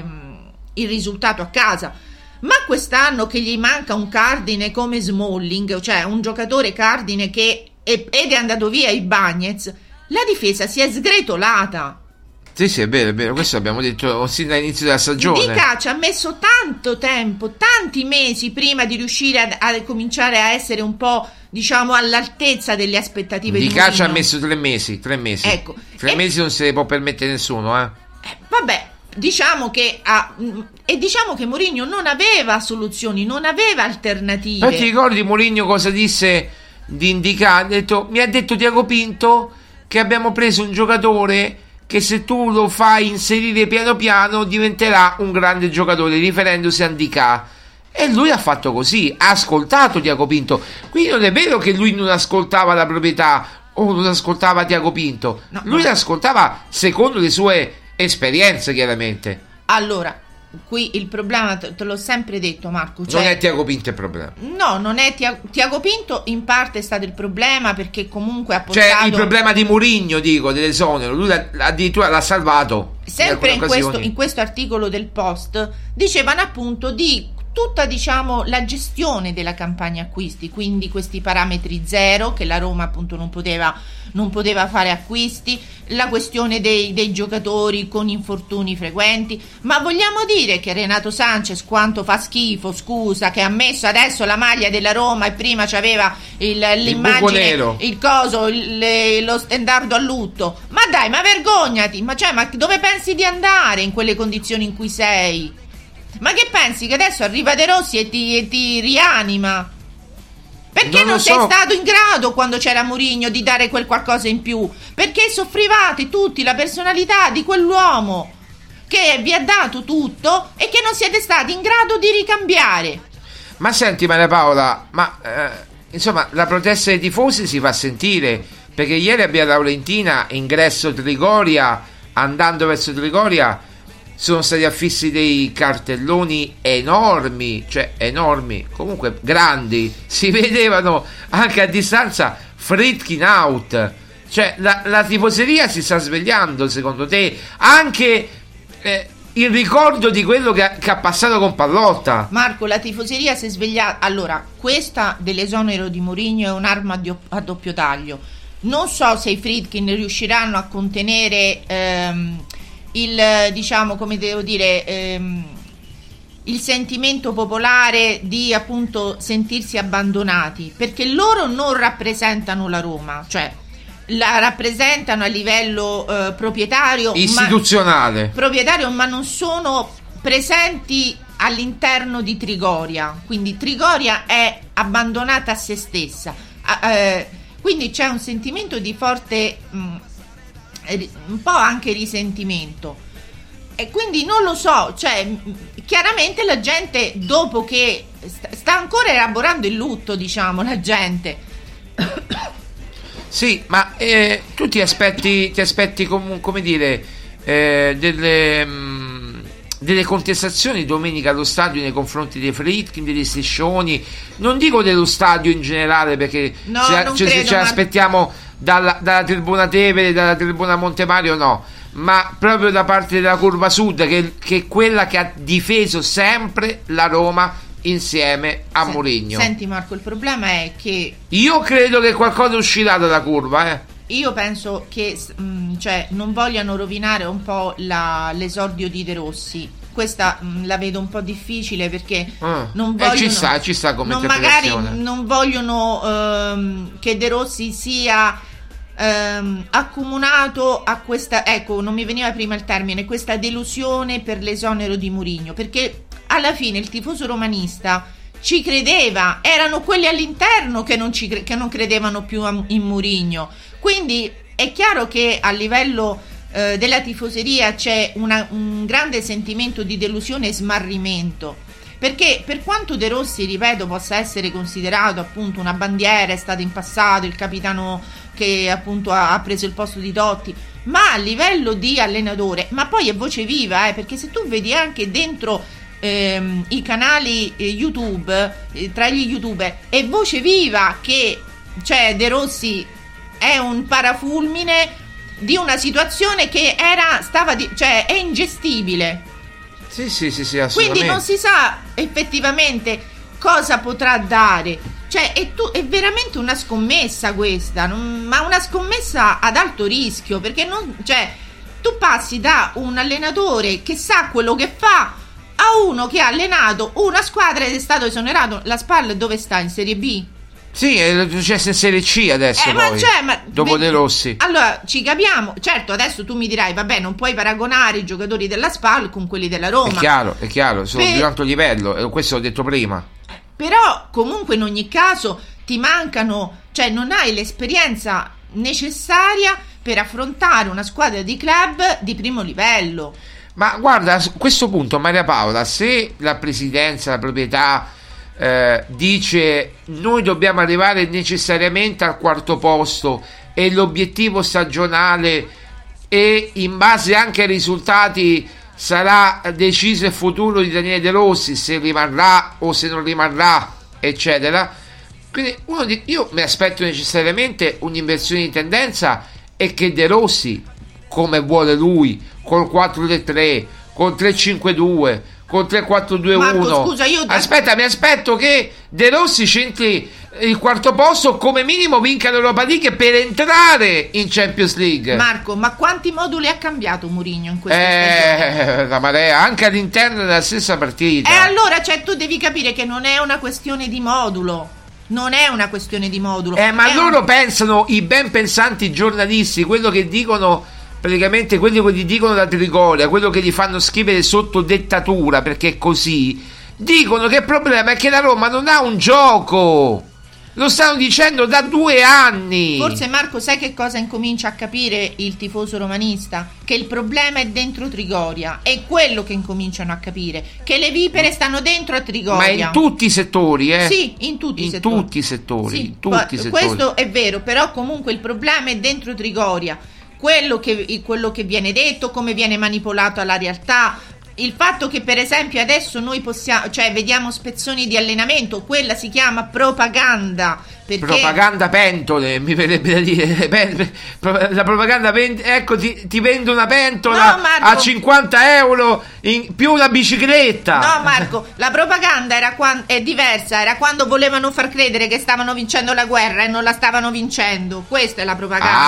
il risultato a casa. Ma quest'anno che gli manca un cardine come Smalling, cioè un giocatore cardine ed è andato via Ibañez, la difesa si è sgretolata. Sì, è vero, questo abbiamo detto sin dall'inizio della stagione. Dica ci ha messo tanto tempo, tanti mesi prima di riuscire a cominciare a essere un po', diciamo, all'altezza delle aspettative di Mourinho. Ci ha messo 3 mesi. Ecco. 3 mesi non se ne può permettere nessuno, Vabbè, diciamo che Mourinho non aveva soluzioni, non aveva alternative. Ma ti ricordi Mourinho cosa disse di indicare? Mi ha detto Tiago Pinto che abbiamo preso un giocatore che se tu lo fai inserire piano piano diventerà un grande giocatore, riferendosi a Ndicà. E lui ha fatto così, ha ascoltato Tiago Pinto. Quindi non è vero che lui non ascoltava la proprietà o non ascoltava Tiago Pinto, lui l'ascoltava secondo le sue esperienze, chiaramente. Allora, qui il problema, te l'ho sempre detto, Marco, cioè, non è Tiago Pinto il problema. No, non è Tiago Pinto, in parte è stato il problema, perché comunque ha portato, cioè il problema di Mourinho, dico, dell'esonero, lui addirittura l'ha salvato. Sempre in questo articolo del Post dicevano appunto di tutta, diciamo, la gestione della campagna acquisti, quindi questi parametri zero, che la Roma appunto non poteva fare acquisti, la questione dei giocatori con infortuni frequenti. Ma vogliamo dire che Renato Sanchez quanto fa schifo, scusa, che ha messo adesso la maglia della Roma e prima c'aveva l'immagine, il coso, lo stendardo a lutto? Ma dai, ma vergognati, ma dove pensi di andare in quelle condizioni in cui sei? Ma che pensi che adesso arriva De Rossi e ti rianima? Perché non sei stato in grado, quando c'era Mourinho, di dare quel qualcosa in più? Perché soffrivate tutti la personalità di quell'uomo che vi ha dato tutto e che non siete stati in grado di ricambiare. Ma senti Maria Paola, insomma la protesta dei tifosi si fa sentire, perché ieri a Via Laurentina, ingresso Trigoria, andando verso Trigoria, sono stati affissi dei cartelloni enormi, comunque grandi, si vedevano anche a distanza, Friedkin out. Cioè la tifoseria si sta svegliando, secondo te? Anche il ricordo di quello che ha passato con Pallotta. Marco, la tifoseria si è svegliata. Allora, questa dell'esonero di Mourinho è un'arma a doppio taglio. Non so se i Friedkin riusciranno a contenere diciamo, come devo dire, il sentimento popolare di appunto sentirsi abbandonati, perché loro non rappresentano la Roma, cioè la rappresentano a livello proprietario, istituzionale, ma non sono presenti all'interno di Trigoria, quindi Trigoria è abbandonata a se stessa, quindi c'è un sentimento di forte un po' anche risentimento, e quindi non lo so, cioè chiaramente la gente, dopo che sta ancora elaborando il lutto, diciamo, la gente. Sì, ma tu ti aspetti come dire, delle contestazioni domenica allo stadio nei confronti dei Friedkin, degli striscioni, non dico dello stadio in generale, perché ci aspettiamo dalla tribuna Tevere, dalla tribuna Montemario, no, ma proprio da parte della curva sud, che è quella che ha difeso sempre la Roma insieme a Mourinho. Senti Marco, il problema è che io credo che qualcosa uscirà dalla curva, Io penso che non vogliano rovinare un po' l'esordio di De Rossi. Questa la vedo un po' difficile, perché non vogliono, ci sta come interpretazione. Magari non vogliono che De Rossi sia accomunato a questa, ecco, non mi veniva prima il termine, questa delusione per l'esonero di Mourinho, perché alla fine il tifoso romanista ci credeva, erano quelli all'interno che non credevano più in Mourinho. Quindi è chiaro che a livello della tifoseria c'è un grande sentimento di delusione e smarrimento, perché per quanto De Rossi, ripeto, possa essere considerato appunto una bandiera, è stato in passato il capitano che appunto ha preso il posto di Totti, ma a livello di allenatore, ma poi è voce viva, perché se tu vedi anche dentro i canali YouTube, tra gli youtuber, è voce viva che, cioè, De Rossi è un parafulmine di una situazione che è ingestibile. Sì, assolutamente. Quindi non si sa effettivamente cosa potrà dare. Cioè è veramente una scommessa questa, ma una scommessa ad alto rischio, perché tu passi da un allenatore che sa quello che fa a uno che ha allenato una squadra ed è stato esonerato. La SPAL dove sta? In Serie B? Sì, è successo in Serie C adesso, dopo De Rossi. Allora, ci capiamo. Certo, adesso tu mi dirai, vabbè, non puoi paragonare i giocatori della SPAL con quelli della Roma. È chiaro, sono di un altro livello, questo l'ho detto prima. Però, comunque, in ogni caso, ti mancano, cioè non hai l'esperienza necessaria per affrontare una squadra di club di primo livello. Ma guarda, a questo punto, Maria Paola, se la presidenza, la proprietà dice noi dobbiamo arrivare necessariamente al quarto posto e l'obiettivo stagionale, e in base anche ai risultati sarà deciso il futuro di Daniele De Rossi, se rimarrà o se non rimarrà, eccetera. Quindi io mi aspetto necessariamente un'inversione di tendenza e che De Rossi, come vuole lui, col 4-3-3, col 3-5-2, col 3-4-2-1. Marco, scusa, mi aspetto che De Rossi c'entri il quarto posto o come minimo vinca l'Europa League per entrare in Champions League. Marco, ma quanti moduli ha cambiato Mourinho in questa stagione? La marea, anche all'interno della stessa partita. E allora, tu devi capire che non è una questione di modulo. Non è una questione di modulo. Ma loro pensano, i ben pensanti giornalisti, quello che dicono, praticamente quello che gli dicono da Trigoria, quello che gli fanno scrivere sotto dettatura, perché è così, dicono che il problema è che la Roma non ha un gioco. Lo stanno dicendo da 2 anni. Forse, Marco, sai che cosa incomincia a capire il tifoso romanista? Che il problema è dentro Trigoria. È quello che incominciano a capire, che le vipere stanno dentro a Trigoria. Ma in tutti i settori, Sì, in tutti i settori. Questo è vero, però comunque il problema è dentro Trigoria. Quello che viene detto, come viene manipolato alla realtà. Il fatto che per esempio adesso noi vediamo spezzoni di allenamento, quella si chiama propaganda. Propaganda pentole, mi verrebbe da dire. La propaganda, ecco, ti vendo una pentola a 50 euro più una bicicletta. No, Marco, la propaganda è diversa. Era quando volevano far credere che stavano vincendo la guerra e non la stavano vincendo. Questa è la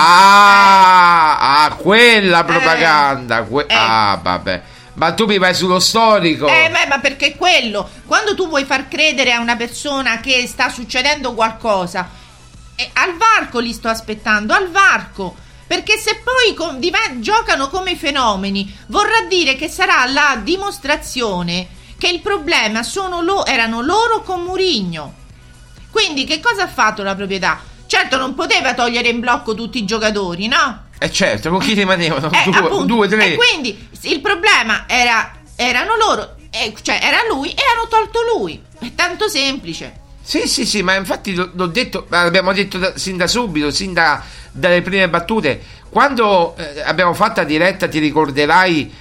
propaganda. Quella propaganda. Vabbè. Ma tu mi vai sullo storico. Ma perché quello, quando tu vuoi far credere a una persona che sta succedendo qualcosa, al varco li sto aspettando, al varco. Perché se poi giocano come fenomeni, vorrà dire che sarà la dimostrazione che il problema erano loro con Mourinho. Quindi che cosa ha fatto la proprietà? Certo, non poteva togliere in blocco tutti i giocatori, no? Certo, con chi rimanevano? Due, tre. E quindi il problema erano loro, era lui e hanno tolto lui. È tanto semplice. Sì, ma infatti l'ho detto, l'abbiamo detto sin da subito, dalle prime battute. Quando abbiamo fatto la diretta, ti ricorderai,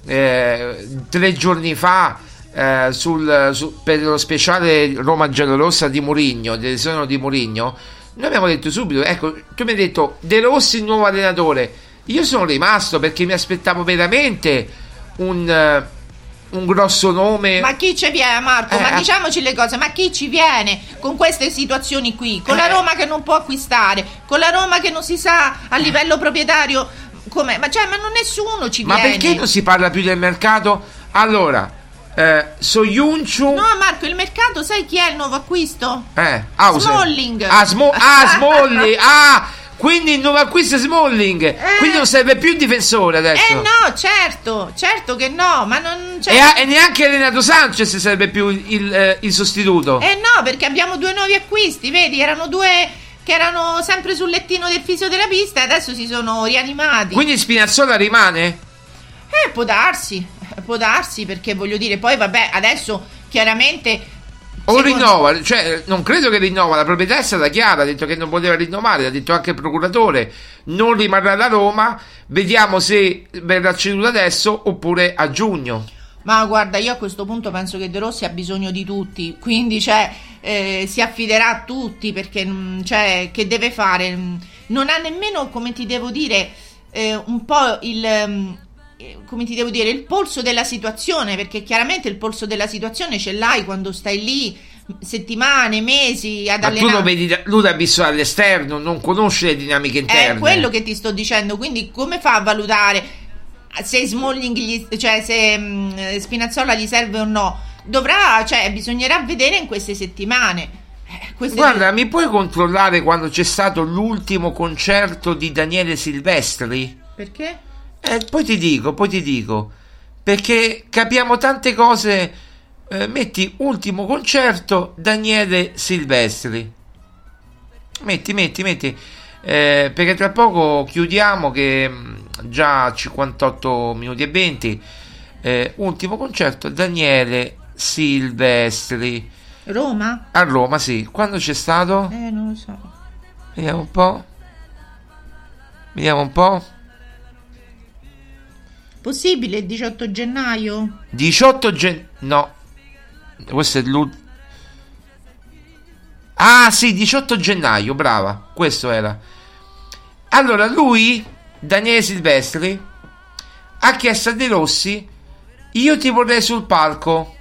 3 giorni fa, per lo speciale Roma giallorossa di Mourinho, dell'esodo di Mourinho, noi abbiamo detto subito, ecco, tu mi hai detto De Rossi il nuovo allenatore. Io sono rimasto perché mi aspettavo veramente un grosso nome. Ma chi ci viene, Marco? Ma diciamoci le cose, ma chi ci viene con queste situazioni qui? Con la Roma che non può acquistare, con la Roma che non si sa a livello proprietario com'è. Ma non nessuno ci viene. Ma perché non si parla più del mercato? Allora, Soyuncu. No, Marco, il mercato, sai chi è il nuovo acquisto? Smalling. Smalling. Quindi il nuovo acquisto è Smalling. Quindi non serve più il difensore adesso. No, certo che no, ma non e neanche Renato Sanchez serve più il sostituto. No, perché abbiamo 2 nuovi acquisti, vedi? Erano 2 che erano sempre sul lettino del fisioterapista e adesso si sono rianimati. Quindi Spinazzola rimane? Può darsi, perché voglio dire, poi vabbè, adesso chiaramente rinnova, non credo che rinnova, la proprietà è stata chiara, ha detto che non poteva rinnovare, ha detto anche il procuratore, non rimarrà alla Roma, vediamo se verrà ceduto adesso oppure a giugno. Ma guarda, io a questo punto penso che De Rossi ha bisogno di tutti, quindi si affiderà a tutti, perché che deve fare? Non ha nemmeno, come ti devo dire, un po' il polso della situazione, perché chiaramente il polso della situazione ce l'hai quando stai lì settimane, mesi ad allenare. Ma tu lo vedi, lui l'ha visto dall'esterno, non conosce le dinamiche interne. È quello che ti sto dicendo, quindi come fa a valutare se Smalling se Spinazzola gli serve o no? Bisognerà vedere in queste settimane. Guarda, mi puoi controllare quando c'è stato l'ultimo concerto di Daniele Silvestri? Perché? Poi ti dico, perché capiamo tante cose. Metti ultimo concerto Daniele Silvestri, metti, perché tra poco chiudiamo, che già 58 minuti e 20. Ultimo concerto Daniele Silvestri, Roma? A Roma, sì. Quando c'è stato? Non lo so. Vediamo un po'. Possibile il 18 gennaio? 18 gennaio. No. Questo è l'ultimo. Ah, sì, 18 gennaio, brava. Questo era. Allora, lui, Daniele Silvestri, ha chiesto a De Rossi: io ti vorrei sul palco.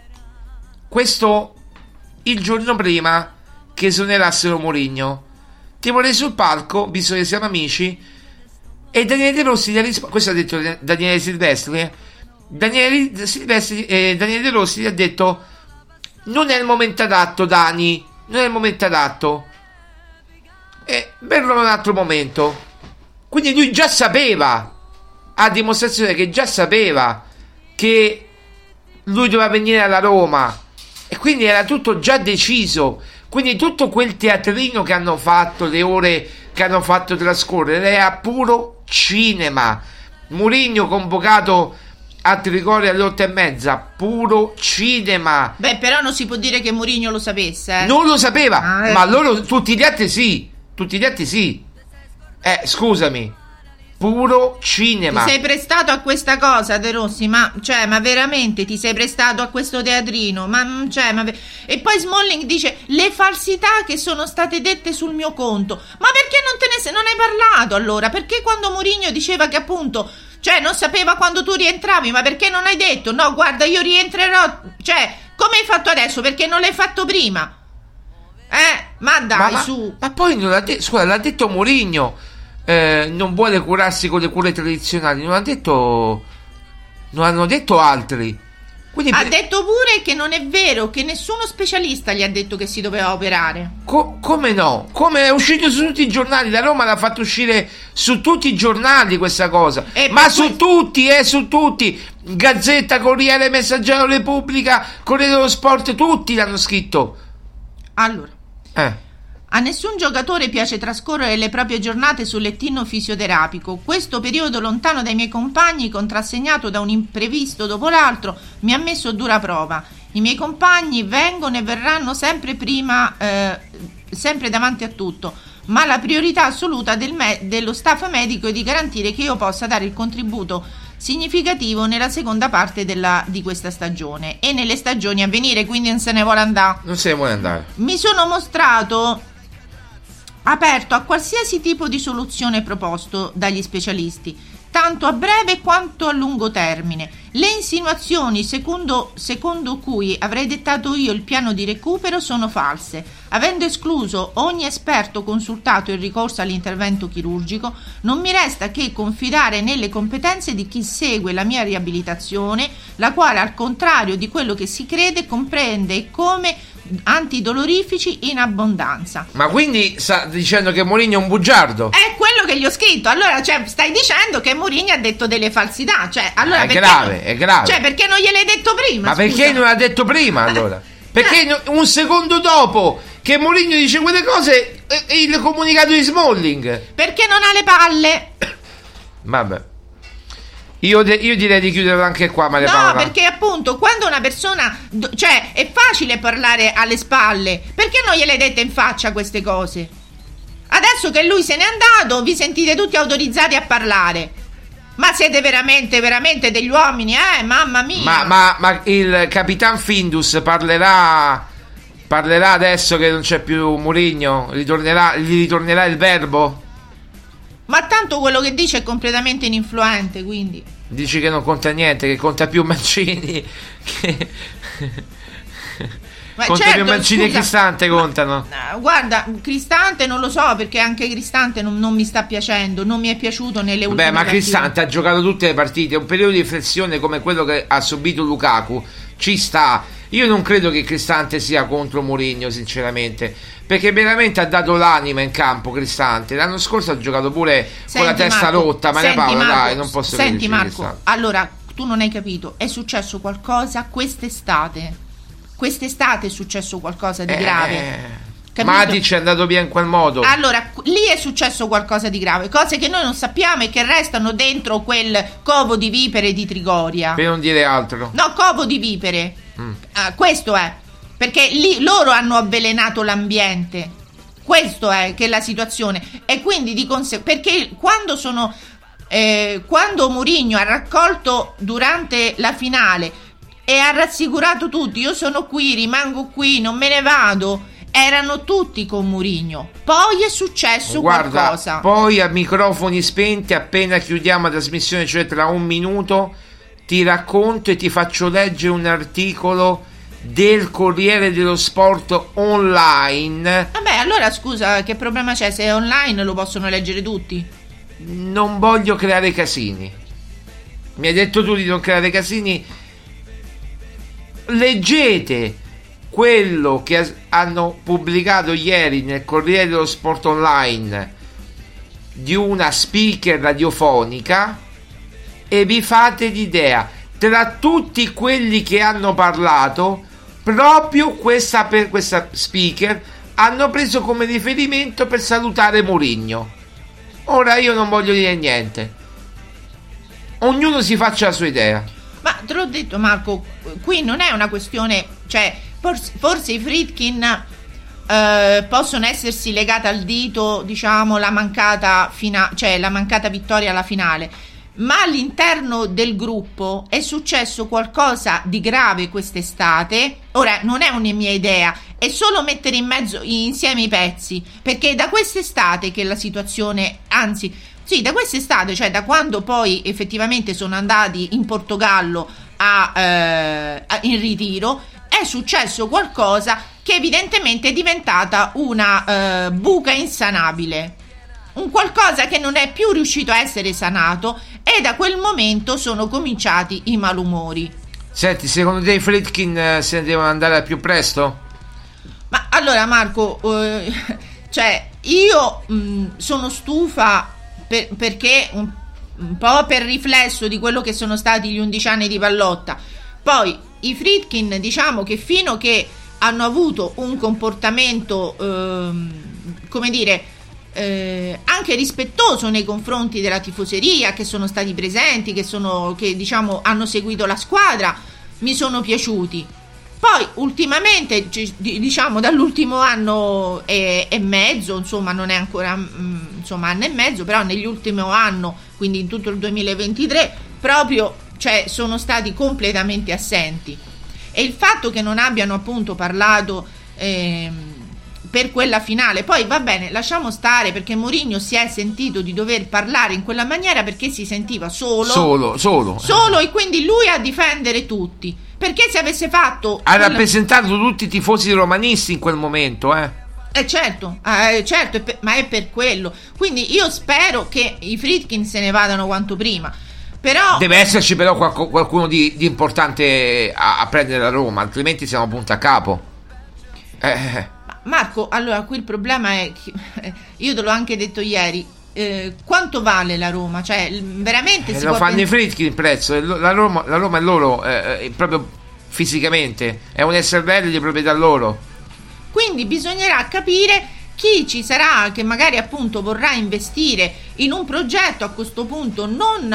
Questo il giorno prima che esonerassero Mourinho. Ti vorrei sul palco, visto che siamo amici. E Daniele De Rossi gli ha risposto. Questo ha detto Daniele Silvestri. Daniele De Rossi gli ha detto: non è il momento adatto, Dani. Non è il momento adatto. E verrò un altro momento. Quindi lui già sapeva, a dimostrazione che già sapeva che lui doveva venire alla Roma, e quindi era tutto già deciso. Quindi tutto quel teatrino che hanno fatto, le ore che hanno fatto trascorrere, era puro cinema. Mourinho convocato a Trigoria alle 8:30, puro cinema. Beh, però non si può dire che Mourinho lo sapesse, Non lo sapeva, ma loro, tutti gli altri sì. Tutti gli altri sì. Scusami, puro cinema. Ti sei prestato a questa cosa, De Rossi? Ma veramente ti sei prestato a questo teatrino? E poi Smalling dice: le falsità che sono state dette sul mio conto. Ma perché non hai parlato allora? Perché quando Mourinho diceva che appunto non sapeva quando tu rientravi, ma perché non hai detto: no, guarda, io rientrerò? Come hai fatto adesso? Perché non l'hai fatto prima? Ma dai, su. Ma poi non l'ha detto, scusa, l'ha detto Mourinho. Non vuole curarsi con le cure tradizionali. Non hanno detto altri. Quindi ha detto pure che non è vero, che nessuno specialista gli ha detto che si doveva operare. Come no? Come è uscito su tutti i giornali? La Roma l'ha fatto uscire su tutti i giornali questa cosa. Ma su tutti, su tutti. Gazzetta, Corriere, Messaggero, Repubblica, Corriere dello Sport, tutti l'hanno scritto. Allora, a nessun giocatore piace trascorrere le proprie giornate sul lettino fisioterapico. Questo periodo lontano dai miei compagni, contrassegnato da un imprevisto dopo l'altro, mi ha messo a dura prova. I miei compagni vengono e verranno sempre davanti a tutto, ma la priorità assoluta dello staff medico è di garantire che io possa dare il contributo significativo nella seconda parte di questa stagione e nelle stagioni a venire, quindi non se ne vuole andare. Non se ne vuole andare. Mi sono mostrato aperto a qualsiasi tipo di soluzione proposto dagli specialisti, tanto a breve quanto a lungo termine. Le insinuazioni secondo cui avrei dettato io il piano di recupero sono false. Avendo escluso ogni esperto consultato il ricorso all'intervento chirurgico, non mi resta che confidare nelle competenze di chi segue la mia riabilitazione, la quale, al contrario di quello che si crede, comprende come antidolorifici in abbondanza. Ma quindi sta dicendo che Mourinho è un bugiardo? È quello che gli ho scritto. Allora, stai dicendo che Mourinho ha detto delle falsità. Allora, è grave. Perché non gliel'hai detto prima? Ma perché non l'ha detto prima allora? Perché un secondo dopo che Mourinho dice quelle cose, il comunicato di Smalling? Perché non ha le palle. Vabbè. Io direi di chiuderlo anche qua, Maria No, Paola. perché appunto quando una persona è facile parlare alle spalle. Perché non gliele dette in faccia queste cose? Adesso che lui se n'è andato, vi sentite tutti autorizzati a parlare. Ma siete veramente degli uomini, mamma mia. Ma il Capitan Findus parlerà adesso che non c'è più Mourinho? Gli ritornerà il verbo? Ma tanto quello che dice è completamente ininfluente, quindi. Dici che non conta niente, che conta più Mancini più Mancini e Cristante contano. Guarda, Cristante non lo so, perché anche Cristante non mi sta piacendo, non mi è piaciuto nelle ultime partite. Ma Cristante ha giocato tutte le partite. Un periodo di flessione come quello che ha subito Lukaku ci sta. Io non credo che Cristante sia contro Mourinho, sinceramente, perché veramente ha dato l'anima in campo. Cristante l'anno scorso ha giocato pure con la testa rotta. Maria Paola, dai, non posso credere. Senti Marco, allora tu non hai capito, è successo qualcosa quest'estate è successo qualcosa di grave. Capito? Matic è andato via in quel modo. Allora, lì è successo qualcosa di grave, cose che noi non sappiamo e che restano dentro quel covo di vipere di Trigoria. Per non dire altro. No, covo di vipere. Questo è. Perché lì loro hanno avvelenato l'ambiente. Questo è che è la situazione. E quindi perché quando sono quando Mourinho ha raccolto durante la finale e ha rassicurato tutti, io sono qui, rimango qui, non me ne vado, erano tutti con Mourinho. Poi è successo qualcosa. Poi a microfoni spenti, appena chiudiamo la trasmissione, cioè tra un minuto, ti racconto e ti faccio leggere un articolo del Corriere dello Sport online. Vabbè, allora scusa, che problema c'è? Se è online lo possono leggere tutti. Non voglio creare casini. Mi hai detto tu di non creare casini. Leggete quello che hanno pubblicato ieri nel Corriere dello Sport online di una speaker radiofonica e vi fate l'idea. Tra tutti quelli che hanno parlato, proprio questa speaker hanno preso come riferimento per salutare Mourinho. Ora io non voglio dire niente, ognuno si faccia la sua idea. Ma te l'ho detto, Marco, qui non è una questione, cioè forse i Friedkin possono essersi legati al dito, diciamo, la mancata vittoria alla finale, ma all'interno del gruppo è successo qualcosa di grave quest'estate. Ora non è una mia idea, è solo mettere in mezzo insieme i pezzi, perché da quest'estate che la situazione, anzi sì, da quest'estate, cioè da quando poi effettivamente sono andati in Portogallo in ritiro, è successo qualcosa che evidentemente è diventata una buca insanabile, un qualcosa che non è più riuscito a essere sanato, e da quel momento sono cominciati i malumori. Senti, secondo te i Friedkin se ne devono andare al più presto? Ma allora, Marco, cioè io sono stufa perché un po' per riflesso di quello che sono stati gli 11 anni di Pallotta. Poi i Friedkin, diciamo che fino che hanno avuto un comportamento come dire anche rispettoso nei confronti della tifoseria, che sono stati presenti, che diciamo hanno seguito la squadra, mi sono piaciuti. Poi ultimamente, diciamo dall'ultimo anno e mezzo, insomma non è ancora anno e mezzo, però nell'ultimo anno, quindi in tutto il 2023, proprio, cioè, sono stati completamente assenti. E il fatto che non abbiano appunto parlato per quella finale, poi va bene, lasciamo stare, perché Mourinho si è sentito di dover parlare in quella maniera perché si sentiva solo e quindi lui a difendere tutti, perché se avesse fatto ha rappresentato tutti i tifosi romanisti in quel momento, certo, ma è per quello. Quindi io spero che i Friedkin se ne vadano quanto prima, però deve esserci però qualcuno di importante a prendere la Roma, altrimenti siamo punto a capo. Marco, allora qui il problema è che, io te l'ho anche detto ieri, quanto vale la Roma? Cioè veramente si lo fanno i Friedkin il prezzo. La Roma è loro, proprio fisicamente è un SRL di proprietà loro, quindi bisognerà capire chi ci sarà che magari appunto vorrà investire in un progetto a questo punto non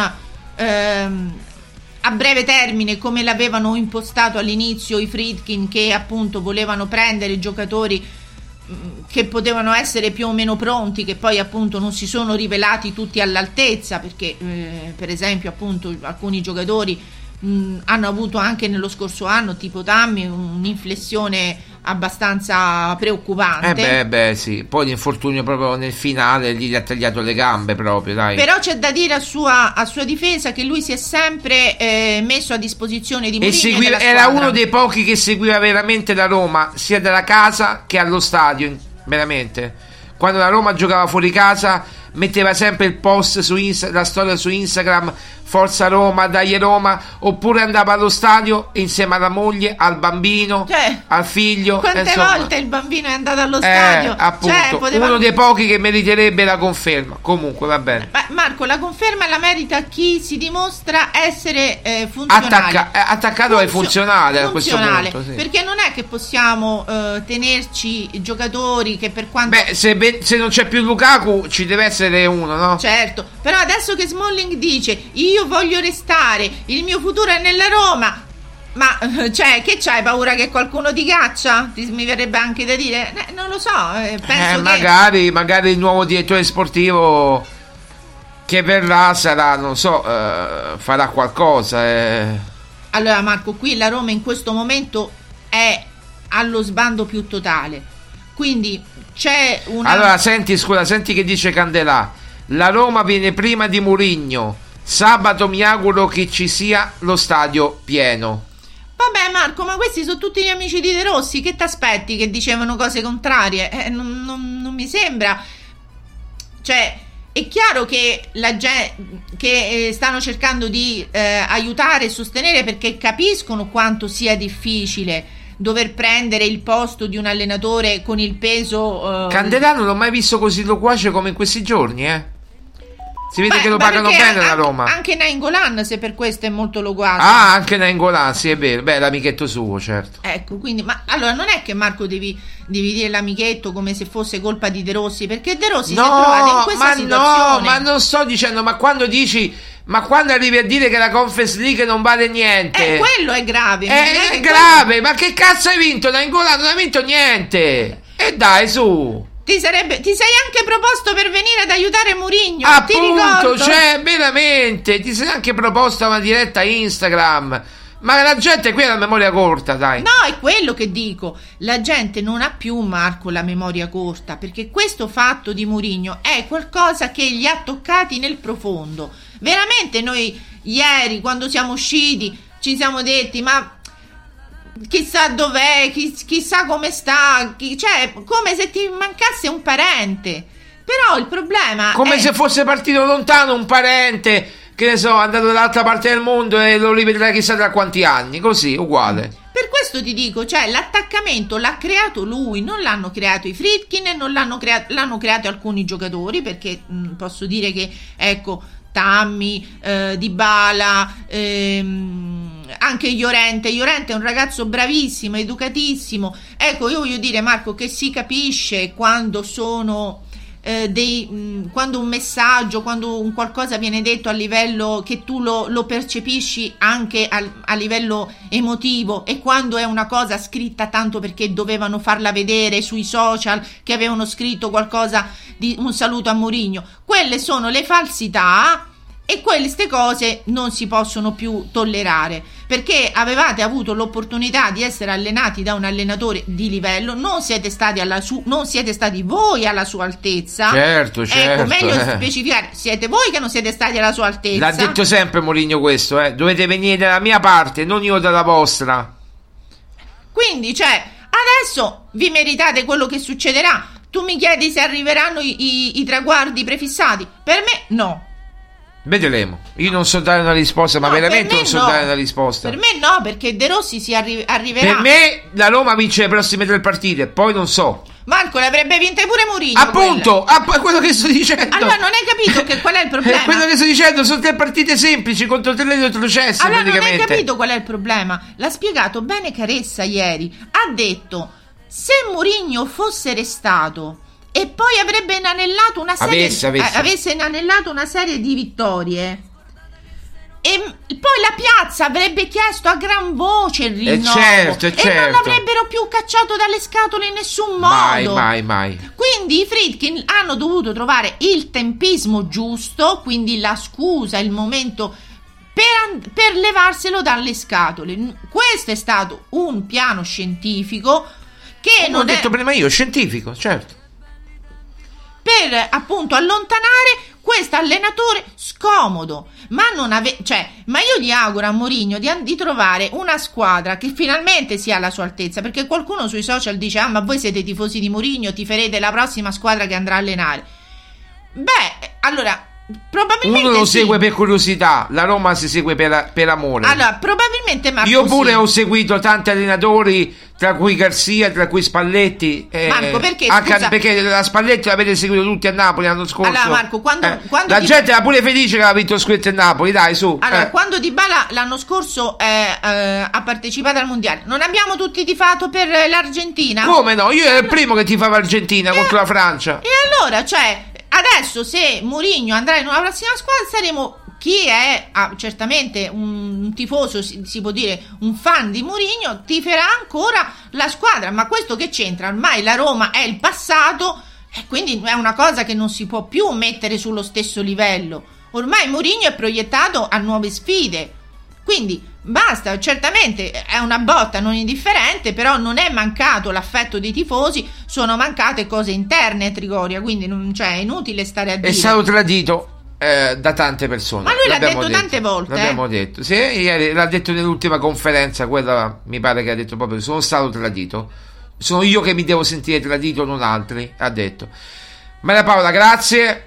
a breve termine come l'avevano impostato all'inizio i Friedkin, che appunto volevano prendere giocatori che potevano essere più o meno pronti, che poi appunto non si sono rivelati tutti all'altezza, perché per esempio appunto alcuni giocatori hanno avuto anche nello scorso anno, tipo Tammy, un'inflessione abbastanza preoccupante. Sì, poi l'infortunio proprio nel finale gli ha tagliato le gambe proprio, dai. Però c'è da dire a sua difesa che lui si è sempre messo a disposizione di Mourinho e era uno dei pochi che seguiva veramente la Roma, sia dalla casa che allo stadio, veramente. Quando la Roma giocava fuori casa metteva sempre il post la storia su Instagram, Forza Roma, dai Roma, oppure andava allo stadio insieme alla moglie, al bambino, al figlio. Quante volte il bambino è andato allo stadio? Appunto, uno dei pochi che meriterebbe la conferma. Comunque va bene. Marco, la conferma la merita chi si dimostra essere funzionale. Attaccato e funzionale a questo punto, sì. Perché non è che possiamo tenerci giocatori che per quanto... se non c'è più Lukaku ci deve essere uno, no? Certo, però adesso che Smalling dice io voglio restare, il mio futuro è nella Roma, ma cioè che c'hai paura che qualcuno ti caccia? Mi verrebbe anche da dire, non lo so, penso magari il nuovo direttore sportivo che verrà sarà, non so, farà qualcosa. Allora Marco, qui la Roma in questo momento è allo sbando più totale, quindi c'è una... Allora senti che dice Candelà: la Roma viene prima di Mourinho, sabato mi auguro che ci sia lo stadio pieno. Vabbè Marco, ma questi sono tutti gli amici di De Rossi, che t'aspetti che dicevano cose contrarie? Non mi sembra. Cioè, è chiaro che la gente che stanno cercando di aiutare e sostenere, perché capiscono quanto sia difficile dover prendere il posto di un allenatore con il peso. Candelà non l'ho mai visto così loquace come in questi giorni, Si vede che lo pagano bene la Roma. Anche Nainggolan, se per questo è molto loquace. Ah, anche Nainggolan, sì, è vero. Beh, l'amichetto suo, certo. Ecco, quindi, ma allora non è che Marco devi dire l'amichetto come se fosse colpa di De Rossi, perché De Rossi si è trovato in questa situazione. No, ma non sto dicendo, ma quando arrivi a dire che la Conference League non vale niente, quello è grave. È grave, ma che cazzo hai vinto? Nainggolan non ha vinto niente. E dai, su. Ti sei anche proposto per venire ad aiutare Mourinho. Appunto, cioè, veramente. Ti sei anche proposta una diretta Instagram. Ma la gente qui ha la memoria corta, dai. No, è quello che dico. La gente non ha più, Marco, la memoria corta, perché questo fatto di Mourinho è qualcosa che li ha toccati nel profondo. Veramente noi ieri, quando siamo usciti, ci siamo detti: ma chissà dov'è, chissà come sta, cioè come se ti mancasse un parente. Però il problema come se fosse partito lontano un parente, che ne so, andato dall'altra parte del mondo e lo rivedrai chissà tra quanti anni, così, uguale. Per questo ti dico, cioè l'attaccamento l'ha creato lui, non l'hanno creato i Friedkin, non l'hanno creato alcuni giocatori, perché posso dire che, ecco, Tammy, Dybala, anche Llorente è un ragazzo bravissimo, educatissimo. Ecco, io voglio dire, Marco, che si capisce quando sono quando un messaggio, quando un qualcosa viene detto a livello che tu lo percepisci anche a livello emotivo, e quando è una cosa scritta tanto perché dovevano farla vedere sui social che avevano scritto qualcosa di un saluto a Mourinho. Quelle sono le falsità, e queste cose non si possono più tollerare, perché avevate avuto l'opportunità di essere allenati da un allenatore di livello, non siete stati voi alla sua altezza. Certo. Ecco, meglio specificare, siete voi che non siete stati alla sua altezza. L'ha detto sempre Mourinho questo, dovete venire dalla mia parte, non io dalla vostra. Quindi, cioè, adesso vi meritate quello che succederà. Tu mi chiedi se arriveranno i traguardi prefissati. Per me no. Vedremo. Io non so dare una risposta, ma veramente non so dare una risposta. Per me no, perché De Rossi si arriverà. Per me la Roma vince le prossime 3 partite, poi non so. Marco, le avrebbe vinte pure Mourinho. Appunto, è quello che sto dicendo. Allora non hai capito che qual è il problema? È quello che sto dicendo, sono 3 partite semplici contro 3 retrocessi. Allora non hai capito qual è il problema? L'ha spiegato bene Caressa ieri. Ha detto: se Mourinho fosse restato e poi avrebbe inanellato una serie avesse inanellato una serie di vittorie, e poi la piazza avrebbe chiesto a gran voce il rinnovo, certo. E non l'avrebbero più cacciato dalle scatole in nessun modo. Mai. Quindi i Friedkin hanno dovuto trovare il tempismo giusto, quindi la scusa, il momento per levarselo dalle scatole. Questo è stato un piano scientifico che come ho detto prima io, scientifico, certo, per appunto allontanare questo allenatore scomodo. Ma io gli auguro a Mourinho di trovare una squadra che finalmente sia alla sua altezza, perché qualcuno sui social dice: ma voi siete tifosi di Mourinho, tiferete la prossima squadra che andrà a allenare. Beh, allora probabilmente uno lo segue per curiosità, la Roma si segue per amore. Allora probabilmente Marco, io pure ho seguito tanti allenatori, tra cui Garzia, tra cui Spalletti. Marco, perché perché la Spalletti l'avete seguito tutti a Napoli l'anno scorso. Allora Marco, quando la gente era pure felice che aveva vinto lo scudetto a Napoli, dai, su. Allora, quando Dybala l'anno scorso ha partecipato al mondiale, non abbiamo tutti tifato per l'Argentina? Come no? Io ero il primo che tifava l'Argentina contro la Francia. E allora, cioè, adesso se Mourinho andrà in una prossima squadra, saremo, chi è certamente un tifoso, si può dire un fan di Mourinho, tiferà ancora la squadra. Ma questo che c'entra? Ormai la Roma è il passato, e quindi è una cosa che non si può più mettere sullo stesso livello. Ormai Mourinho è proiettato a nuove sfide, quindi basta. Certamente è una botta non indifferente, però non è mancato l'affetto dei tifosi, sono mancate cose interne a Trigoria, quindi è inutile stare a dire. È stato tradito da tante persone. Ma lui l'ha detto tante volte. L'abbiamo detto. Sì, ieri l'ha detto nell'ultima conferenza, quella mi pare che ha detto proprio: sono stato tradito. Sono io che mi devo sentire tradito, non altri, ha detto. Maria Paola, grazie.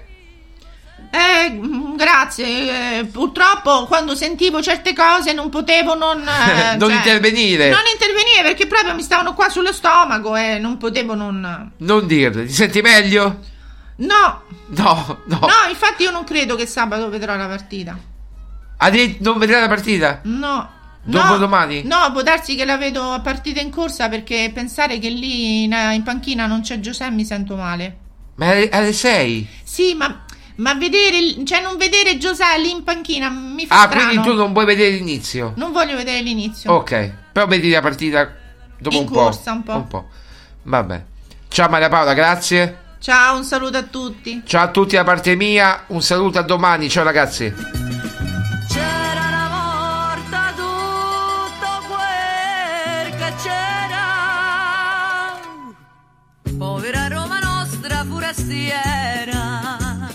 Grazie. Purtroppo quando sentivo certe cose non potevo non intervenire. Non intervenire perché proprio mi stavano qua sullo stomaco e non potevo non dirle. Ti senti meglio? No, infatti io non credo che sabato vedrò la partita. Non vedrai la partita? No. Dopodomani? No, può darsi che la vedo a partita in corsa, perché pensare che lì in panchina non c'è Giuseppe mi sento male. Ma alle 6? Sì, ma vedere, non vedere Giuseppe lì in panchina mi fa strano. Quindi tu non vuoi vedere l'inizio? Non voglio vedere l'inizio. Ok, però vedi la partita dopo in corsa un po'. Vabbè. Ciao Maria Paola, grazie. Ciao, un saluto a tutti. Ciao a tutti da parte mia, un saluto a domani. Ciao ragazzi. C'era una volta tutto quel che c'era, povera Roma nostra forestiera,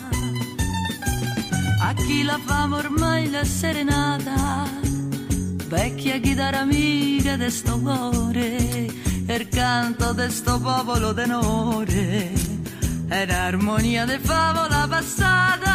a chi la fama ormai l'è serenata, vecchia chitarra amica de sto cuore, il canto de sto popolo d'onore, è l'armonia de favola passata.